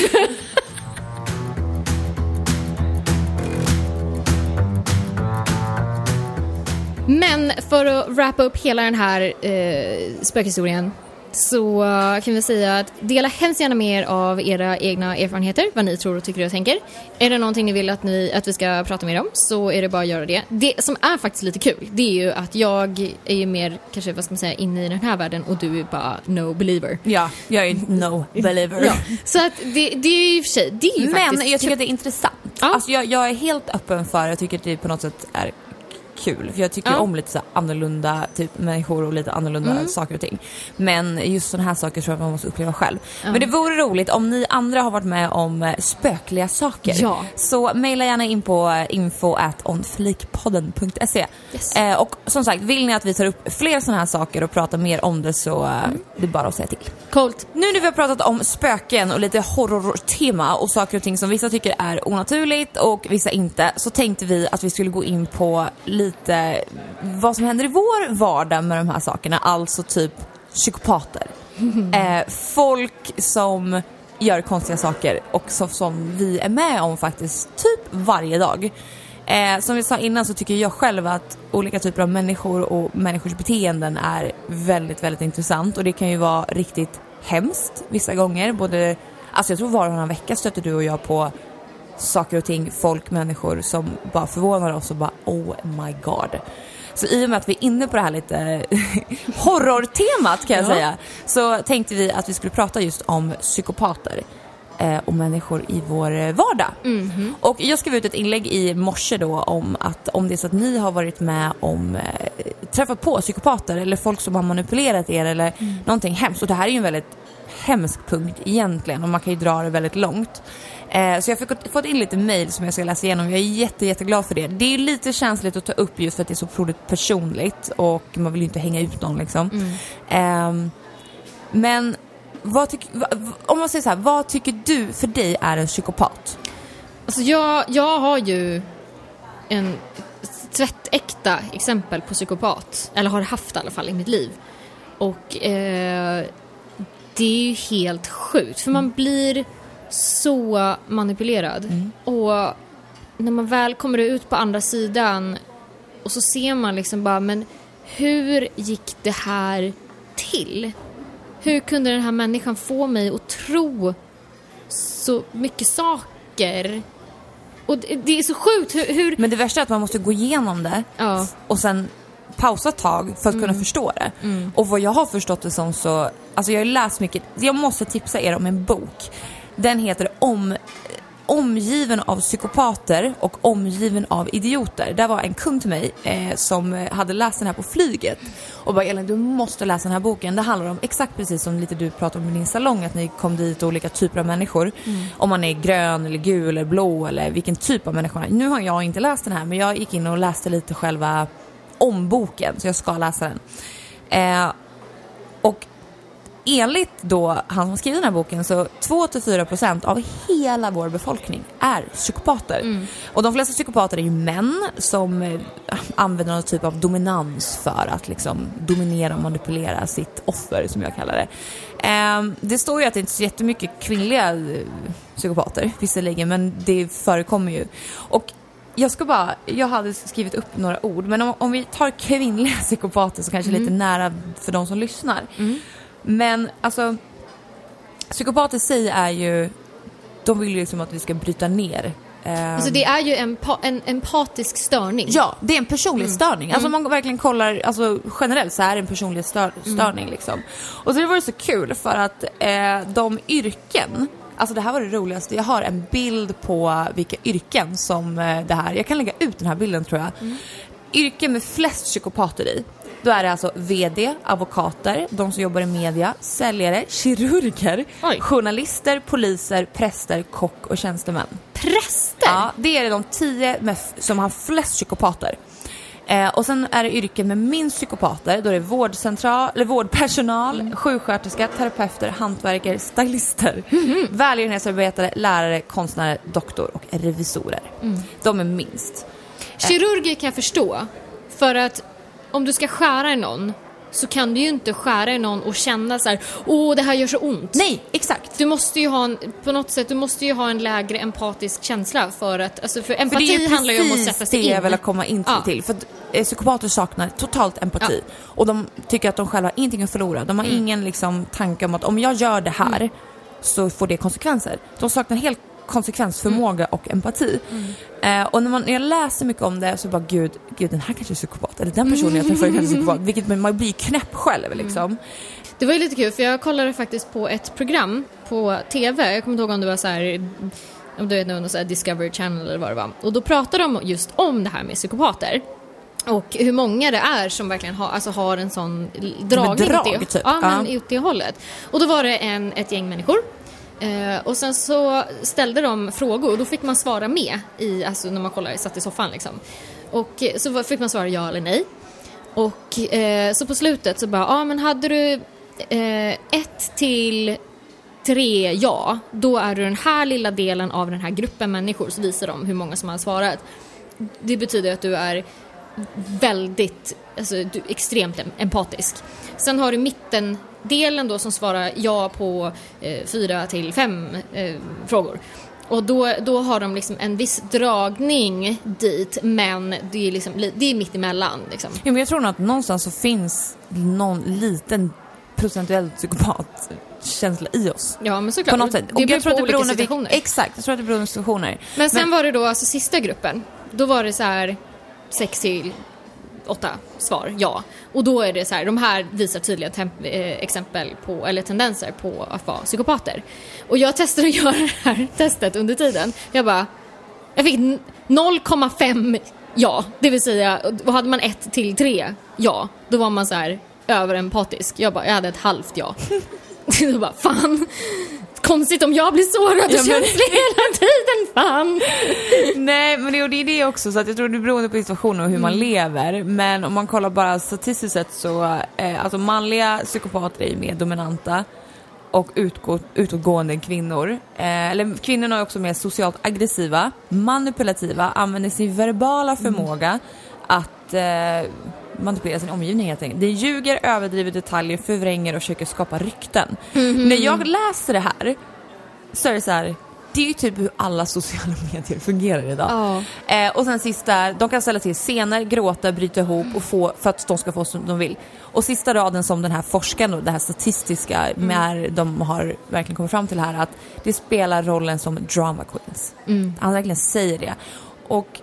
Men för att wrappa upp hela den här eh, spökhistorien, så kan vi säga att dela hemskt gärna mer av era egna erfarenheter, vad ni tror och tycker och tänker. Är det någonting ni vill att, ni, att vi ska prata mer om, så är det bara att göra det. Det som är faktiskt lite kul, det är ju att jag är ju mer, kanske vad ska man säga, inne i den här världen och du är bara no believer. Ja, jag är no believer. Ja. Så att det, det är ju för sig, det är ju Men faktiskt... jag tycker att det är intressant. Ja. Alltså jag, jag är helt öppen för, jag tycker att det på något sätt är kul, för jag tycker ja. om lite så annorlunda typ människor och lite annorlunda mm. saker och ting. Men just sådana här saker tror jag man måste uppleva själv. Ja. Men det vore roligt om ni andra har varit med om spökliga saker. Ja. Så mejla gärna in på info at onflikpodden punkt se. Yes. Eh, och som sagt, vill ni att vi tar upp fler sådana här saker och pratar mer om det, så mm. det är bara att säga till. Coolt. Nu när vi har pratat om spöken och lite horror-tema och saker och ting som vissa tycker är onaturligt och vissa inte, så tänkte vi att vi skulle gå in på lite vad som händer i vår vardag med de här sakerna. Alltså typ psykopater. Mm. Eh, folk som gör konstiga saker och så, som vi är med om faktiskt typ varje dag. Eh, som vi sa innan, så tycker jag själv att olika typer av människor och människors beteenden är väldigt, väldigt intressant. Och det kan ju vara riktigt hemskt vissa gånger. Både, alltså jag tror var och varannan vecka stöter du och jag på saker och ting, folk, människor som bara förvånar oss och bara oh my god. Så i och med att vi är inne på det här lite horror-temat kan jag ja. säga, så tänkte vi att vi skulle prata just om psykopater eh, och människor i vår vardag. Mm-hmm. Och jag skrev ut ett inlägg i morse då om att om det är så att ni har varit med om eh, träffat på psykopater eller folk som har manipulerat er eller mm. någonting hemskt. Och det här är ju en väldigt hemsk punkt egentligen, och man kan ju dra det väldigt långt. Eh, så jag har fått in lite mejl som jag ska läsa igenom. Jag är jätte, jätteglad för det. Det är lite känsligt att ta upp just för att det är så otroligt personligt och man vill ju inte hänga ut någon liksom. Mm. Eh, men vad tyck, om man säger så här, vad tycker du för dig är en psykopat? Alltså jag, jag har ju en tvättäkta exempel på psykopat, eller har haft i alla fall i mitt liv. Och eh, det är ju helt sjukt, för man blir så manipulerad. Mm. Och när man väl kommer ut på andra sidan och så ser man liksom bara, men hur gick det här till? Hur kunde den här människan få mig att tro så mycket saker? Och det, det är så sjukt hur, hur... Men det värsta är att man måste gå igenom det ja. och sen pausa ett tag för att mm. kunna förstå det. Mm. Och vad jag har förstått det som, så alltså jag har läst mycket. Jag måste tipsa er om en bok. Den heter om, Omgiven av psykopater och omgiven av idioter. Det var en kund till mig eh, som hade läst den här på flyget och bara, Elin, du måste läsa den här boken. Det handlar om exakt precis som lite du pratade om i din salong, att ni kom dit olika typer av människor. Mm. Om man är grön eller gul eller blå eller vilken typ av människor. Nu har jag inte läst den här, men jag gick in och läste lite själva om boken, så jag ska läsa den. Eh, och enligt då han som skriver den här boken, så två till fyra procent av hela vår befolkning är psykopater. Mm. Och de flesta psykopater är ju män som eh, använder någon typ av dominans för att liksom dominera och manipulera sitt offer, som jag kallar det. Eh, det står ju att det inte är så jättemycket kvinnliga eh, psykopater visserligen, men det förekommer ju. Och jag ska bara, jag hade skrivit upp några ord, men om, om vi tar kvinnliga psykopater så kanske mm. lite nära för de som lyssnar. Mm. Men alltså, psykopater i sig är ju, de vill ju liksom att vi ska bryta ner. Alltså det är ju en, en empatisk störning. Ja, det är en personlighetsstörning. Mm. Alltså om man verkligen kollar, alltså generellt så är det en personlighetsstörning mm. liksom. Och så det var så kul för att eh, de yrken, alltså det här var det roligaste. Jag har en bild på vilka yrken som eh, det här, jag kan lägga ut den här bilden tror jag. Mm. Yrken med flest psykopater i. Då är det alltså vd, advokater, de som jobbar i media, säljare, kirurger, Oj. journalister, poliser, präster, kock och tjänstemän. Präster? Ja, det är de tio med f- som har flest psykopater. Eh, och sen är det yrken med minst psykopater. Då är det vårdcentral, eller vårdpersonal, mm. sjuksköterska, terapeuter, hantverkare, stylister, mm-hmm. välgörenhetsarbetare, lärare, konstnärer, doktor och revisorer. Mm. De är minst. Kirurger kan jag förstå, för att om du ska skära i någon så kan du ju inte skära i någon och känna så här: åh, det här gör så ont. Nej, exakt. Du måste ju ha en, på något sätt, du måste ju ha en lägre empatisk känsla för att, alltså för empati för det handlar ju om att sätta sig in. Det är väl att komma in ja. till. För att psykopater saknar totalt empati. Ja. Och de tycker att de själva har ingenting att förlora. De har mm. ingen liksom tanke om att om jag gör det här mm. så får det konsekvenser. De saknar helt konsekvensförmåga mm. och empati. Mm. Eh, och när man när jag läser mycket om det så bara gud, gud den här kanske är psykopat. Eller den personen jag träffar kanske är psykopat. Vilket man blir knäpp själv liksom. Mm. Det var ju lite kul för jag kollade faktiskt på ett program på tv. Jag kommer inte ihåg om det var så här, om du vet någon så här Discovery Channel eller vad det var. Och då pratade de just om det här med psykopater. Och hur många det är som verkligen har, alltså har en sån dragning drag, åt det, typ. ja, men ja. ut det hållet. Och då var det en, ett gäng människor. Uh, och sen så ställde de frågor och då fick man svara med i, alltså när man kollar, satt i soffan liksom. Och så fick man svara ja eller nej. Och uh, så på slutet så bara, ja ah, men hade du uh, ett till tre ja, då är du den här lilla delen av den här gruppen människor, så visar de hur många som har svarat. Det betyder att du är väldigt, alltså du är extremt empatisk. Sen har du mitten delen då som svarar ja på eh, fyra till fem eh, frågor. Och då, då har de liksom en viss dragning dit, men det är, liksom, det är mitt emellan. Liksom. Ja, men jag tror nog att någonstans så finns någon liten procentuell psykopatkänsla i oss. Ja, men såklart. På något sätt. Det beror jag tror på att det olika situationer. Vi, exakt, jag tror att det beror på situationer. Men sen men, var det då, alltså sista gruppen, då var det så här sex till åtta svar, ja. Och då är det så här, de här visar tydliga temp- eh, exempel på, eller tendenser på att vara psykopater. Och jag testade att göra det här testet under tiden. Jag bara, jag fick noll komma fem ja. Det vill säga, och hade man ett till tre ja, då var man så här överempatisk. Jag bara, jag hade ett halvt ja. Då bara, fan. Konstigt om jag blir sårad och ja, men... känslig hela tiden, fan. Nej, men det är det också, så att jag tror det beror på situationen och hur mm. man lever. Men om man kollar bara statistiskt sett så eh, alltså manliga psykopater är mer dominanta och utgå, utåtgående kvinnor. Eh, eller kvinnorna är också mer socialt aggressiva, manipulativa, använder sin verbala förmåga mm. att eh, manipulera sin omgivning helt enkelt. Det ljuger, överdriver detaljer, förvränger och försöker skapa rykten. Mm-hmm. När jag läser det här så är det så här, det är ju typ hur alla sociala medier fungerar idag. Oh. Eh, och sen sista, de kan ställa till scener, gråta, bryta ihop och få, för att de ska få som de vill. Och sista raden som den här forskaren och det här statistiska mm. när de har verkligen kommit fram till här, att det spelar rollen som drama queens. Mm. Han verkligen säger det. Och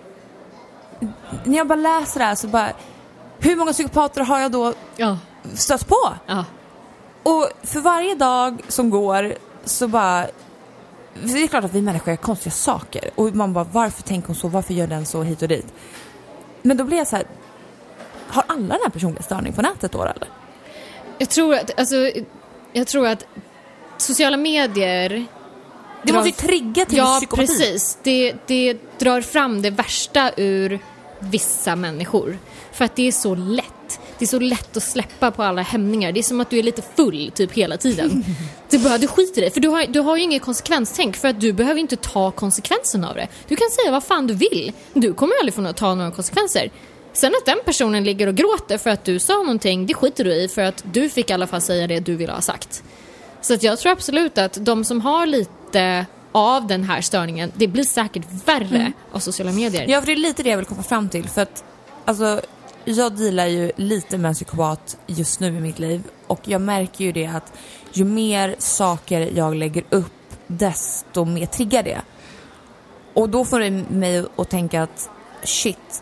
när jag bara läser det här så bara, hur många psykopater har jag då ja. stött på? Ja. Och för varje dag som går så bara, det är klart att vi människor gör konstiga saker. Och man bara, varför tänker hon så? Varför gör den så hit och dit? Men då blir jag så här, har alla den här personliga störning på nätet då eller? Jag tror att, alltså, jag tror att sociala medier... Det drar, måste ju trigga till ja, psykopati. Ja, precis. Det, det drar fram det värsta ur vissa människor. För att det är så lätt. Det är så lätt att släppa på alla hämningar. Det är som att du är lite full typ hela tiden. Du, bara, du skiter i det. För du har, du har ju ingen konsekvenstänk. För att du behöver inte ta konsekvensen av det. Du kan säga vad fan du vill. Du kommer aldrig få ta några konsekvenser. Sen att den personen ligger och gråter för att du sa någonting, det skiter du i. För att du fick i alla fall säga det du ville ha sagt. Så att jag tror absolut att de som har lite av den här störningen, det blir säkert värre mm. av sociala medier. Ja, för det är lite det jag vill komma fram till. För att, alltså, jag dealar ju lite med en psykopat just nu i mitt liv. Och jag märker ju det att ju mer saker jag lägger upp, desto mer triggar det. Och då får det mig att tänka att shit,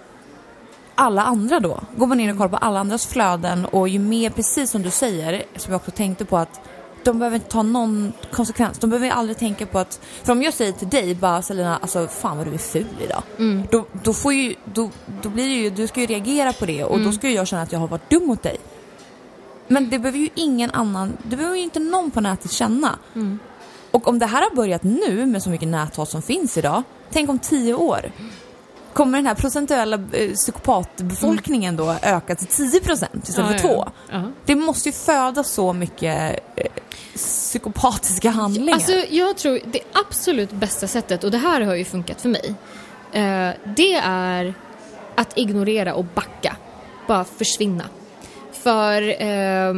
alla andra då. Går man in och kollar på alla andras flöden, och ju mer, precis som du säger, som jag också tänkte på, att de behöver inte ta någon konsekvens. De behöver aldrig tänka på att, för om jag säger till dig bara, Selina, alltså fan vad du är ful idag. Mm. Då, då får ju, då, då blir det ju, du ska ju reagera på det, och mm. då ska jag känna att jag har varit dum mot dig. Men det behöver ju ingen annan, det behöver ju inte någon på nätet känna. Mm. Och om det här har börjat nu med så mycket näthat som finns idag, tänk om tio år. Kommer den här procentuella eh, psykopatbefolkningen då öka till tio procent istället ja, för två? Ja. Uh-huh. Det måste ju föda så mycket eh, psykopatiska handlingar. Alltså jag tror det absolut bästa sättet, och det här har ju funkat för mig, eh, det är att ignorera och backa. Bara försvinna. För eh,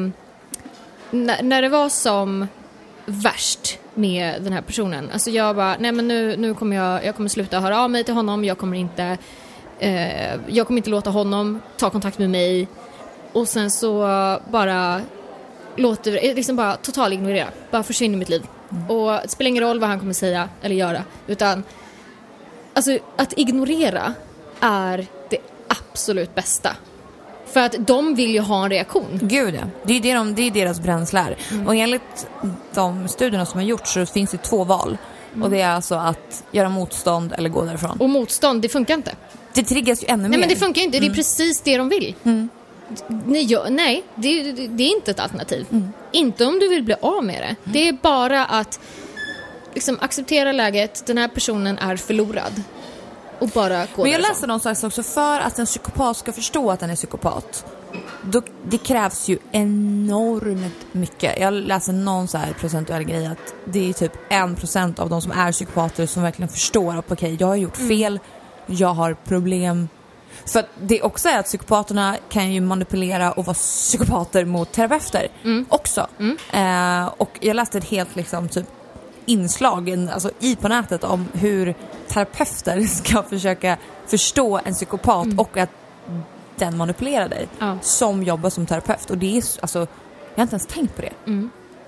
när, när det var som värst med den här personen, alltså jag bara, nej men nu, nu kommer jag, jag kommer sluta höra av mig till honom, jag kommer inte eh, jag kommer inte låta honom ta kontakt med mig, och sen så bara låter, liksom bara total ignorera, bara försvinner i mitt liv. Mm. Och det spelar ingen roll vad han kommer säga eller göra, utan alltså att ignorera är det absolut bästa. För att de vill ju ha en reaktion. Gud, ja. Det är, det de, det är deras bränslar. Mm. Och enligt de studierna som har gjorts så finns det två val. Mm. Och det är alltså att göra motstånd eller gå därifrån. Och motstånd, det funkar inte. Det triggas ju ännu nej, mer. Nej, men det funkar inte. Det är mm. precis det de vill. Mm. Nej, nej det, det, det är inte ett alternativ. Mm. Inte om du vill bli av med det. Mm. Det är bara att liksom acceptera läget. Den här personen är förlorad. Och bara gå. Men jag läste någonstans också, för att en psykopat ska förstå att den är psykopat, då, det krävs ju enormt mycket. Jag läser någon så här procentuell grej att det är typ en procent av de som är psykopater som verkligen förstår att okej, okay, jag har gjort fel, mm. jag har problem. För att det också är att psykopaterna kan ju manipulera och vara psykopater mot terapeuter mm. också. Mm. Eh, och jag läste ett helt liksom typ inslag alltså i på nätet om hur terapeuter ska försöka förstå en psykopat mm. och att den manipulerar dig ja. Som jobbar som terapeut. Och det är alltså, jag har inte ens tänkt på det. Mm.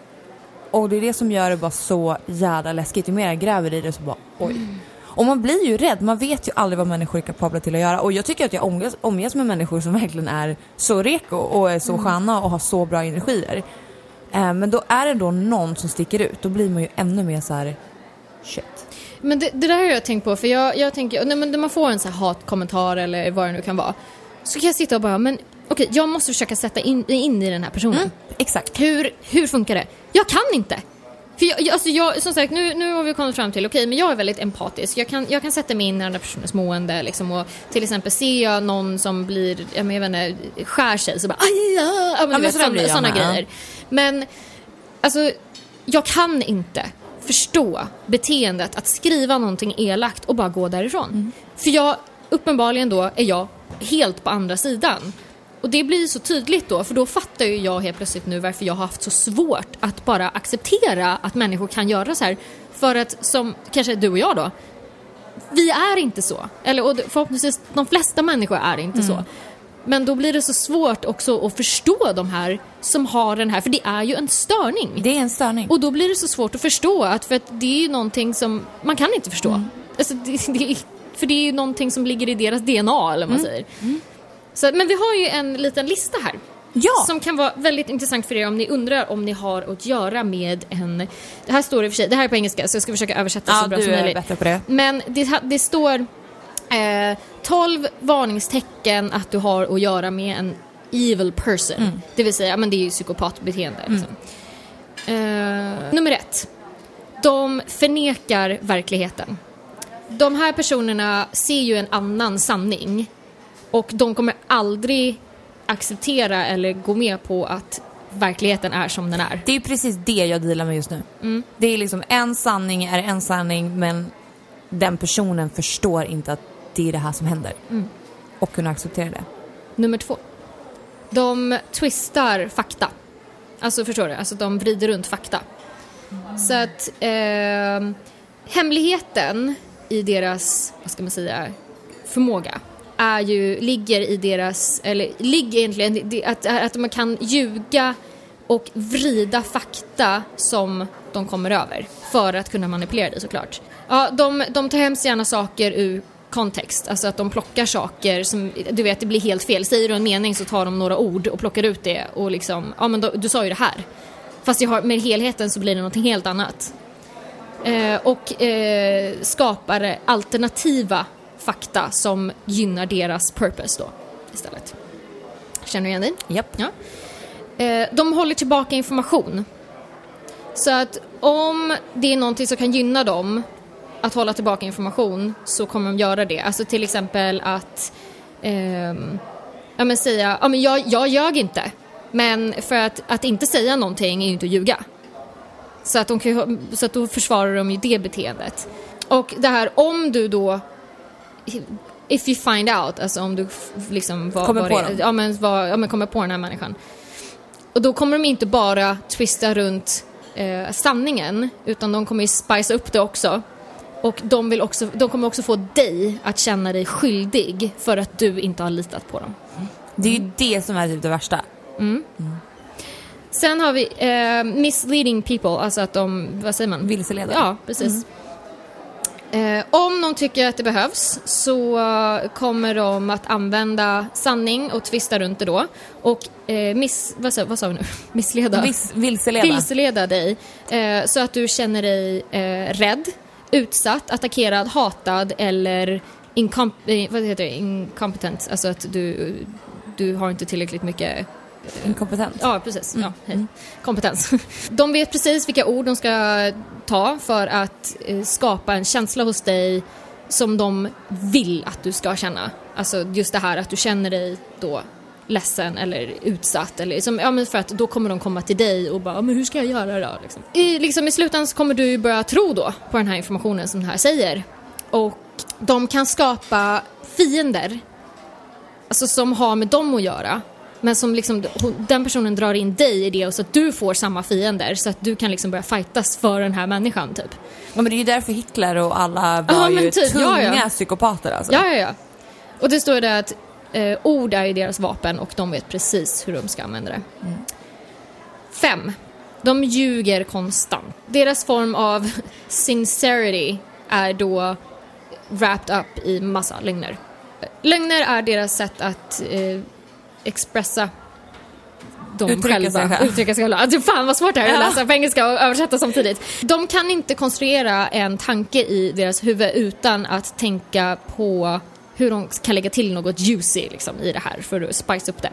Och det är det som gör det bara så jävla läskigt. Ju mer jag gräver i det så bara, oj. Mm. Och man blir ju rädd, man vet ju aldrig vad människor är kapabla till att göra. Och jag tycker att jag omges, omges med människor som verkligen är så reko och är så mm. sköna och har så bra energier. Men då är det då någon som sticker ut. Då blir man ju ännu mer så här shit. Men det, det där har jag tänkt på. För jag, jag tänker, nej, men när man får en så här hatkommentar eller vad det nu kan vara, så kan jag sitta och bara, men okej, jag måste försöka sätta in, in i den här personen. Mm, exakt. Hur, hur funkar det? Jag kan inte. För jag, alltså jag, som sagt, nu, nu har vi kommit fram till, okej, okay, men jag är väldigt empatisk. Jag kan, jag kan sätta mig in i den där personens mående liksom, och till exempel ser jag någon som blir, jag vet inte, skär sig så bara, aj, ja, ja, men, ja, sådana, sådana grejer. Men alltså, jag kan inte förstå beteendet att skriva någonting elakt och bara gå därifrån. Mm. För jag, uppenbarligen då är jag helt på andra sidan. Och det blir så tydligt då, för då fattar ju jag helt plötsligt nu varför jag har haft så svårt att bara acceptera att människor kan göra så här. För att, som kanske du och jag då, vi är inte så. Eller, och förhoppningsvis de flesta människor är inte mm. så. Men då blir det så svårt också att förstå de här som har den här, för det är ju en störning. Det är en störning. Och då blir det så svårt att förstå, att för att det är ju någonting som man kan inte förstå. Mm. Alltså, det, det, för det är ju någonting som ligger i deras D N A, eller vad man mm. säger. Mm. Så, men vi har ju en liten lista här. Ja. Som kan vara väldigt intressant för er om ni undrar om ni har att göra med en... Det här står i och för sig, det här är på engelska så jag ska försöka översätta ja, så bra som möjligt. Ja, du är bättre på det. Men det, det står eh, tolv varningstecken att du har att göra med en evil person. Mm. Det vill säga, men det är ju psykopatbeteende. Mm. Liksom. Eh, nummer ett. De förnekar verkligheten. De här personerna ser ju en annan sanning. Och de kommer aldrig acceptera eller gå med på att verkligheten är som den är. Det är ju precis det jag dealar med just nu. Mm. Det är liksom en sanning är en sanning, men den personen förstår inte att det är det här som händer. Mm. Och kunna acceptera det. Nummer två. De twistar fakta. Alltså förstår du? Alltså de vrider runt fakta. Mm. Så att eh, hemligheten i deras, vad ska man säga, förmåga är ju, ligger i deras, eller ligger egentligen det, att, att man kan ljuga och vrida fakta som de kommer över för att kunna manipulera det, såklart. Ja, de, de tar hemskt gärna saker ur kontext, alltså att de plockar saker som, du vet, det blir helt fel. Säger du en mening så tar de några ord och plockar ut det och liksom, ja men då, du sa ju det här. Fast jag har, med helheten så blir det någonting helt annat. Eh, och eh, skapar alternativa fakta som gynnar deras purpose då istället. Känner du igen dig? Japp. Ja. Eh, de håller tillbaka information. Så att om det är någonting som kan gynna dem att hålla tillbaka information, så kommer de göra det. Alltså till exempel att eh, ja, men säga, ja, men jag, jag ljög inte. Men för att, att inte säga någonting är ju inte att ljuga. Så att, de kan, så att då försvarar de ju det beteendet. Och det här, om du då if you find out, alltså om du liksom var, kommer, var på det, ja, men, var, ja, men kommer på den här människan. Och då kommer de inte bara twista runt eh, sanningen, utan de kommer ju spice upp det också. Och de, vill också, de kommer också få dig att känna dig skyldig för att du inte har litat på dem. Mm. Det är ju det som är typ det värsta. Mm. Mm. Sen har vi eh, misleading people, alltså att de, vad säger man? Vilseleder. Ja, precis. Mm. Eh, om de tycker att det behövs så kommer de att använda sanning och twista runt det då. Och eh, miss, vad, sa, vad sa vi nu? Missleda. Vis, vilseleda. Vilseleda dig. Eh, så att du känner dig eh, rädd, utsatt, attackerad, hatad eller incom- vad heter det? Incompetent. Alltså att du, du har inte tillräckligt mycket... Inkompetent. Ja, precis. Mm. Ja, hej. Kompetens. De vet precis vilka ord de ska ta för att eh, skapa en känsla hos dig som de vill att du ska känna. Alltså just det här att du känner dig då ledsen eller utsatt. Eller, som, ja, men för att då kommer de komma till dig och bara, men hur ska jag göra då? Liksom. I, liksom, I slutändan så kommer du börja tro då på den här informationen som det här säger. Och de kan skapa fiender, alltså som har med dem att göra. Men som liksom, den personen drar in dig i det och så att du får samma fiender så att du kan liksom börja fightas för den här människan typ. Ja, men det är ju därför Hitler och alla var ja, ju typ, tunga ja, ja. psykopater alltså. Ja, ja, ja. Och det står det att eh, ord är ju deras vapen och de vet precis hur de ska använda det. Mm. Fem. De ljuger konstant. Deras form av sincerity är då wrapped up i massa lögner. Lögner är deras sätt att eh, expressa de uttrycka själva. Sig själv. Uttrycka sig själva. Alltså, fan vad svårt det här är att ja. läsa på engelska och översätta samtidigt. De kan inte konstruera en tanke i deras huvud utan att tänka på hur de kan lägga till något juicy liksom, i det här för att spice upp det.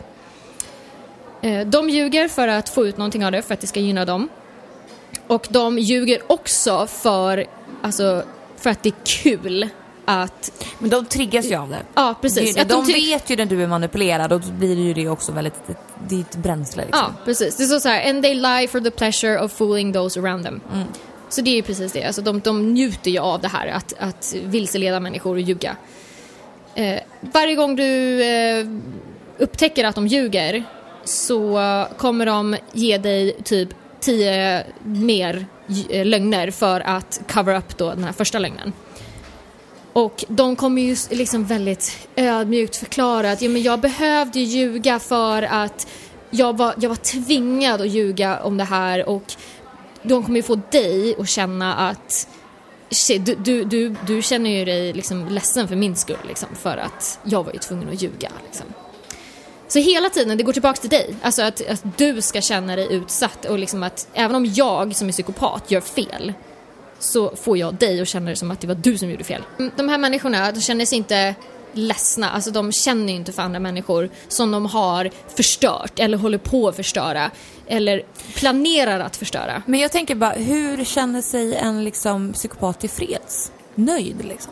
De ljuger för att få ut någonting av det, för att det ska gynna dem. Och de ljuger också för, alltså, för att det är kul att... Men de triggas ju av det. Ja, precis. Det, att de de trigg... vet ju när du är manipulerad och då blir det ju det också väldigt... Det är ett bränsle liksom. Ja, precis. Det är så, så här, and they lie for the pleasure of fooling those around them. Mm. Så det är ju precis det. Alltså, de, de njuter ju av det här, att, att vilseleda människor och ljuga. Eh, varje gång du eh, upptäcker att de ljuger så kommer de ge dig typ tio mer lögner för att cover up då den här första lögnen. Och de kommer ju liksom väldigt ödmjukt förklara att ja, men jag behövde ljuga för att jag var, jag var tvingad att ljuga om det här, och de kommer ju få dig att känna att shit, du, du, du, du känner ju dig liksom ledsen för min skull liksom, för att jag var ju tvungen att ljuga liksom. Så hela tiden, det går tillbaka till dig. Alltså att, att du ska känna dig utsatt. Och liksom att även om jag som är psykopat gör fel, så får jag dig att känna det som att det var du som gjorde fel. De här människorna, de känner sig inte ledsna. Alltså de känner ju inte för andra människor som de har förstört eller håller på att förstöra eller planerar att förstöra. Men jag tänker bara, hur känner sig en liksom psykopat tillfreds? Nöjd liksom?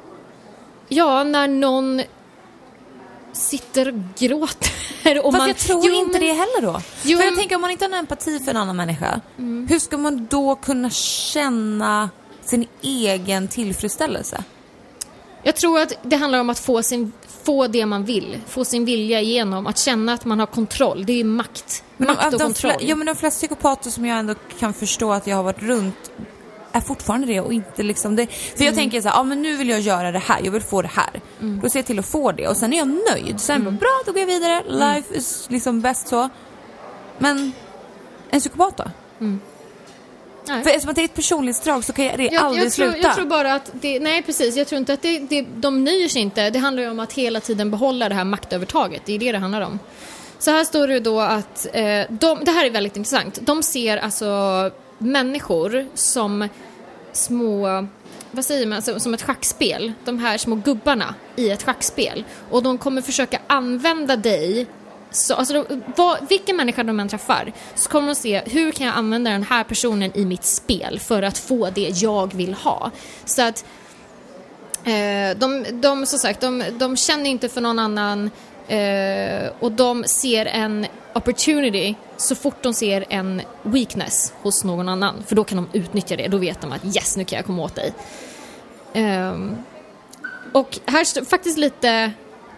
Ja, när någon sitter och gråter. Och Fast man, jag tror jo, inte men, det heller då. Jo, för jag tänker, om man inte har empati för en annan människa, mm. hur ska man då kunna känna sin egen tillfredsställelse? Jag tror att det handlar om att få, sin, få det man vill. Få sin vilja igenom. Att känna att man har kontroll. Det är makt. Men makt och de kontroll. Flä, ja, men de flesta psykopater som jag ändå kan förstå att jag har varit runt är fortfarande det och inte liksom det. För mm. jag tänker så här, ja men nu vill jag göra det här, jag vill få det här. Mm. Då ser jag till att få det och sen är jag nöjd. Sen mm. bara, bra, då går jag vidare. Life mm. is liksom bäst så. Men en psykopat då? Mm. För eftersom att det är ett personlighetsdrag så kan jag det jag, aldrig jag tror, sluta. Jag tror bara att det, nej precis, jag tror inte att det, det, de nöjer sig inte. Det handlar ju om att hela tiden behålla det här maktövertaget. Det är det det handlar om. Så här står det då att eh, de, det här är väldigt intressant. De ser alltså människor som små, vad säger man, som, som ett schackspel. De här små gubbarna i ett schackspel. Och de kommer försöka använda dig. Så, alltså, vad, vilken människa de än träffar, så kommer de se, hur kan jag använda den här personen i mitt spel för att få det jag vill ha. Så att eh, de, de, som sagt, de, de känner inte för någon annan, eh, och de ser en opportunity så fort de ser en weakness hos någon annan, för då kan de utnyttja det. Då vet de att yes, nu kan jag komma åt dig. Um, och här står faktiskt lite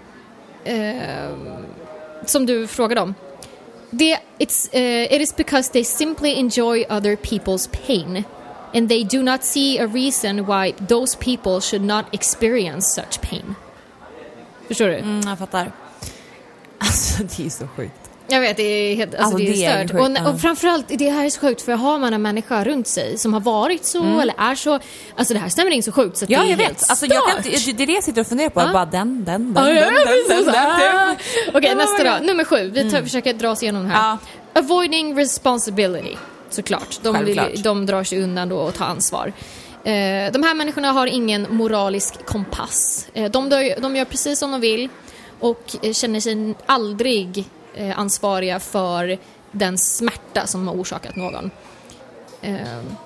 eh, som du frågade om. Det, it's, uh, it is because they simply enjoy other people's pain and they do not see a reason why those people should not experience such pain. Förstår du? Mm, jag fattar. Alltså det är så sjukt. Jag vet, det är helt alltså, alltså, det är, det är stört. Sjukt, och, ja. och framförallt, det här är så sjukt, för har man en människa runt sig som har varit så mm. eller är så, alltså det här stämmer inte så sjukt så att ja, det är jag helt vet. Alltså, jag kan, det är det jag sitter och funderar på. Ja. Bara den, den, den, ja, den, den, den, den, den. Okej, okay, nästa då. Nummer sju. Vi tar, mm. försöker dra oss igenom det här. Ja. Avoiding responsibility, såklart. De, vill, de drar sig undan då och tar ansvar. Eh, de här människorna har ingen moralisk kompass. Eh, de, de, de gör precis som de vill och eh, känner sig aldrig eh, ansvariga för den smärta som har orsakat någon. Eh,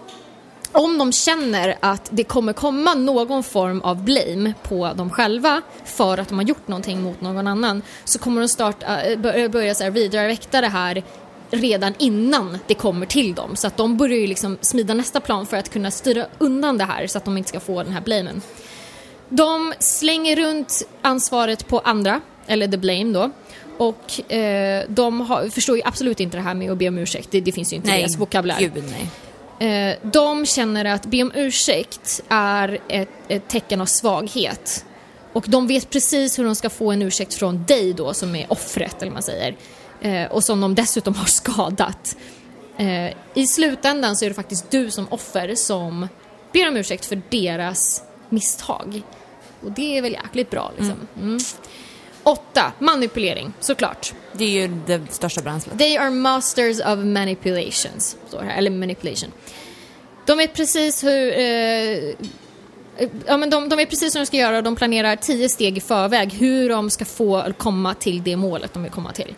om de känner att det kommer komma någon form av blame på dem själva för att de har gjort någonting mot någon annan, så kommer de starta, börja, börja så här redirecta det här redan innan det kommer till dem. Så att de börjar ju liksom smida nästa plan för att kunna styra undan det här så att de inte ska få den här blamen. De slänger runt ansvaret på andra, eller the blame då. Och eh, de har, förstår ju absolut inte det här med att be om ursäkt. Det, det finns ju inte i deras vokabulär. Gud, nej. Eh, de känner att be om ursäkt är ett, ett tecken av svaghet. Och de vet precis hur de ska få en ursäkt från dig då, som är offret eller man säger. Eh, och som de dessutom har skadat. Eh, I slutändan så är det faktiskt du som offer som ber om ursäkt för deras misstag. Och det är väl jäkligt bra liksom. Mm. Åtta, manipulering, såklart. Det är ju det största bränslet. They are masters of manipulations, står här, eller manipulation. De vet precis hur eh, ja, men de, de vet precis hur de ska göra, och de planerar tio steg i förväg hur de ska få komma till det målet de vill komma till.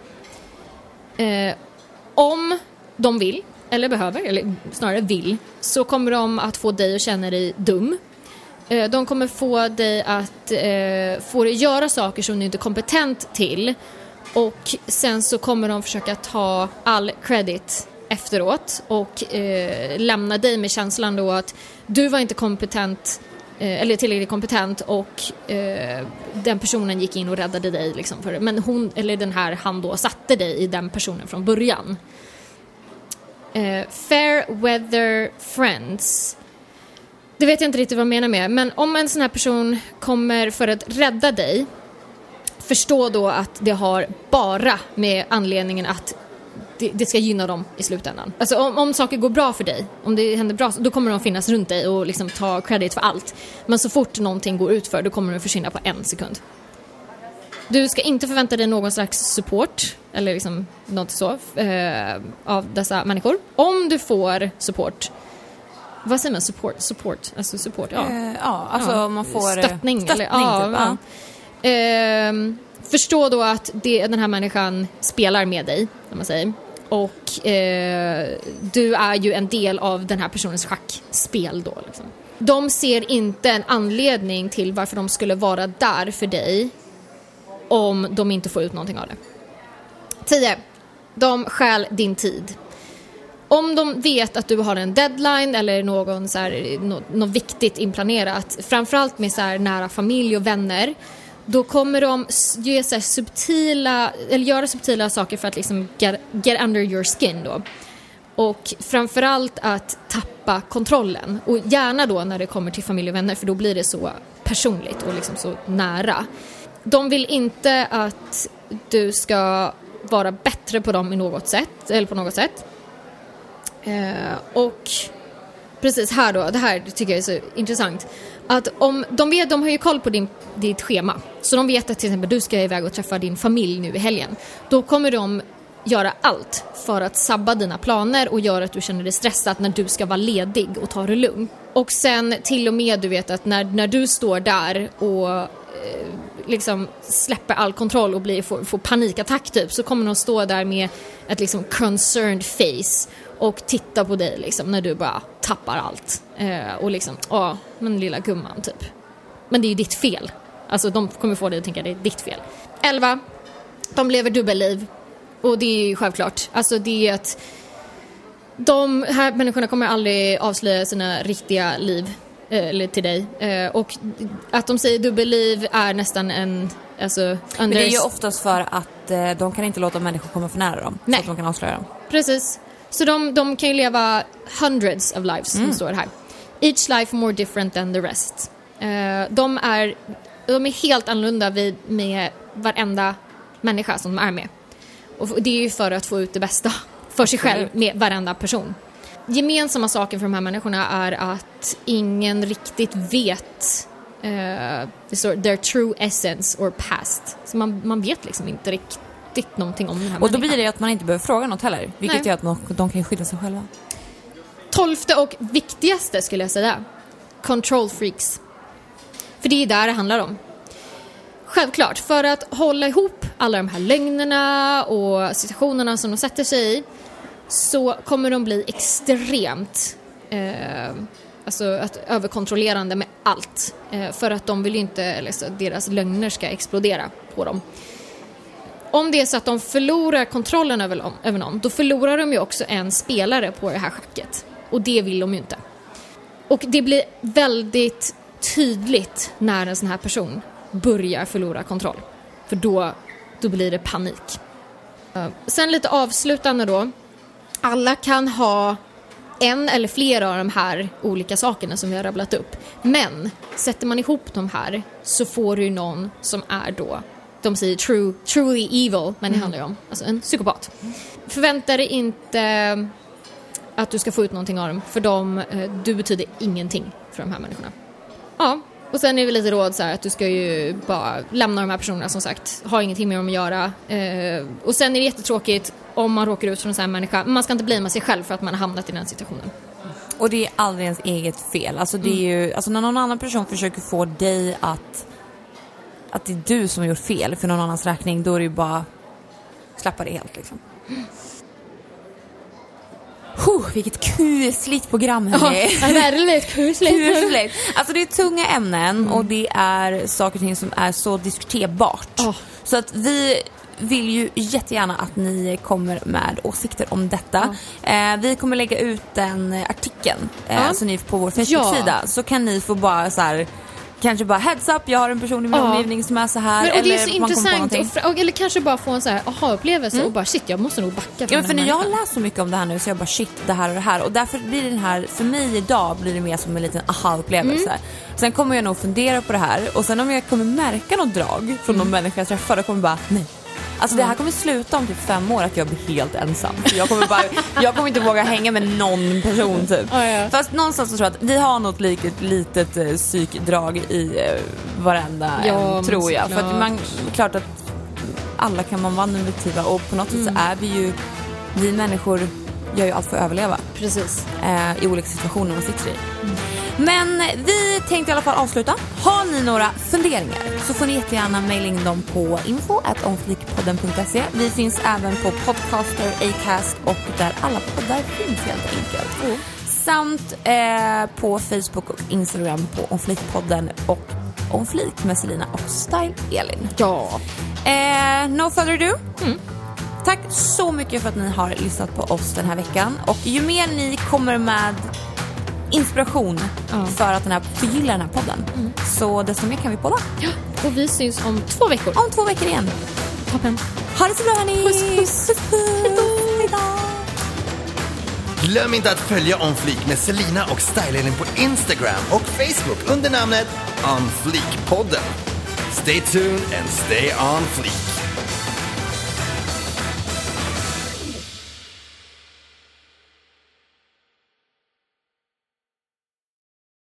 Eh, om de vill, eller behöver, eller snarare vill, så kommer de att få dig att känna dig dum. Eh, de kommer få dig att eh, få dig göra saker som du inte är kompetent till. Och sen så kommer de försöka ta all credit efteråt och eh, lämna dig med känslan då att du var inte kompetent eh, eller tillräckligt kompetent, och eh, den personen gick in och räddade dig liksom för det. Men hon, eller den här, han då satte dig i den personen från början. Eh, fair weather friends. Det vet jag inte riktigt vad jag menar med, men om en sån här person kommer för att rädda dig, förstå då att det har bara med anledningen att det, det ska gynna dem i slutändan. Alltså om, om saker går bra för dig, om det händer bra, då kommer de finnas runt dig och liksom ta credit för allt. Men så fort någonting går ut för, då kommer de försvinna på en sekund. Du ska inte förvänta dig någon slags support eller liksom något så eh, av dessa människor. Om du får support, vad säger man? Support? Support? Alltså support, ja. Uh, ja, alltså ja. Man får stöttning. stöttning eller, ja, typ, ja. Ja. Uh, förstå då att det, den här människan spelar med dig, om man säger. Och uh, du är ju en del av den här personens schackspel då. Liksom. De ser inte en anledning till varför de skulle vara där för dig om de inte får ut någonting av det. tio. De stjäl din tid. Om de vet att du har en deadline eller någon så här, något, något viktigt inplanerat, framförallt med så här nära familj och vänner, då kommer de ge så här subtila, eller göra subtila saker för att liksom get, get under your skin då. Och framförallt att tappa kontrollen. Och gärna då när det kommer till familj och vänner, för då blir det så personligt och liksom så nära. De vill inte att du ska vara bättre på dem i något sätt, eller på något sätt. Eh, och precis här då, det här tycker jag är så intressant, att om de vet, de har ju koll på din, ditt schema, så de vet att till exempel du ska iväg och träffa din familj nu i helgen, då kommer de göra allt för att sabba dina planer och göra att du känner dig stressad när du ska vara ledig och ta det lugnt. Och sen till och med du vet att när, när du står där och eh, liksom släpper all kontroll och blir, får, får panikattack typ, så kommer de stå där med ett liksom concerned face och titta på dig liksom när du bara tappar allt. Eh, och liksom, ja, men lilla gumman typ. Men det är ju ditt fel. Alltså de kommer få dig att tänka att det är ditt fel. elva. De lever dubbelliv. Och det är ju självklart. Alltså det är att de här människorna kommer aldrig avslöja sina riktiga liv eller till dig. Och att de säger dubbelliv är nästan en... Alltså, under... Men det är ju oftast för att de kan inte låta människor komma för nära dem. Nej. Så att de kan avslöja dem. Precis. Så de, de kan ju leva hundreds of lives, som mm. står här. Each life more different than the rest. De är, de är helt annorlunda vid, med varenda människa som de är med. Och det är ju för att få ut det bästa för sig själv med varenda person. Gemensamma saker för de här människorna är att ingen riktigt vet uh, their true essence or past. Så man, man vet liksom inte riktigt någonting om den här Och då människan. blir det att man inte behöver fråga något heller. Vilket Nej. gör att de, de kan skydda sig själva. Tolfte och viktigaste skulle jag säga. Control freaks. För det är där det handlar om. Självklart, för att hålla ihop alla de här lögnerna och situationerna som de sätter sig i, så kommer de bli extremt eh, alltså att överkontrollerande med allt. Eh, för att de vill ju inte, eller så, deras lögner ska explodera på dem. Om det är så att de förlorar kontrollen över, över någon, då förlorar de ju också en spelare på det här schacket. Och det vill de ju inte. Och det blir väldigt tydligt när en sån här person börjar förlora kontroll. För då, då blir det panik. Uh, sen lite avslutande då. Alla kan ha en eller flera av de här olika sakerna som vi har rabblat upp. Men sätter man ihop de här så får du någon som är då, de säger true, truly evil, men det mm. handlar ju om alltså en psykopat. Förvänta dig inte att du ska få ut någonting av dem. För dem, du betyder ingenting för de här människorna. Ja, och sen är det lite råd så här att du ska ju bara lämna de här personerna, som sagt. Ha ingenting med dem att göra. Eh, och sen är det jättetråkigt om man råkar ut för en sån här människa. Men man ska inte blamea sig själv för att man har hamnat i den situationen. Och det är aldrig ens eget fel. Alltså, det är ju, alltså när någon annan person försöker få dig att att det är du som har gjort fel för någon annans räkning, då är det ju bara släppa det helt liksom. Mm. Huh, vilket kusligt program hörni. Ja, väldigt kusligt. kusligt. Alltså det är tunga ämnen mm. och det är saker och ting som är så diskuterbart. Oh. Så att vi vill ju jättegärna att ni kommer med åsikter om detta. Oh. Eh, vi kommer lägga ut den artikeln eh, oh. så ni på vår Facebook-sida. Ja. Så kan ni få bara så här, kanske bara heads up, jag har en person i min ja. omgivning som är så här. Men, och eller det är så intressant. Och, och, eller kanske bara få en så här aha-upplevelse mm. och bara shit, jag måste nog backa från ja, för när jag har läst så mycket om det här nu så jag bara shit, det här och det här. Och därför blir den här, för mig idag blir det mer som en liten aha-upplevelse. Mm. Sen kommer jag nog fundera på det här. Och sen om jag kommer märka något drag från mm. någon människa jag träffar, då kommer jag bara, nej. Alltså det här kommer sluta om typ fem år att jag blir helt ensam. Jag kommer, bara, jag kommer inte våga hänga med någon person typ. Oh, ja. Fast någonstans så tror jag att vi har något litet, litet uh, psykdrag i uh, varenda ja, en, tror jag. För att man, klart att alla kan man vara negativa och på något mm. sätt så är vi ju, vi människor gör ju allt för att överleva. Precis. Uh, I olika situationer man sitter i. Mm. Men vi tänkte i alla fall avsluta. Har ni några funderingar så får ni jättegärna mejla in dem på info at onflikpodden punkt se. Vi finns även på Podcaster, Acast och där alla poddar finns helt enkelt. Mm. Samt eh, på Facebook och Instagram på onflikpodden och onflik med Selina och Style Elin. Ja. Eh, no further ado. Mm. Tack så mycket för att ni har lyssnat på oss den här veckan. Och ju mer ni kommer med inspiration ja. för att den här förgylla den här podden mm. så desto mer kan vi podda. Ja, och vi syns om två veckor. Om två veckor igen. Toppen. Ha det så bra hörni. Puss, puss. Puss, puss. Glöm inte att följa On Fleek med Selina och Style på Instagram och Facebook under namnet On Fleek podden. Stay tuned and stay on fleek.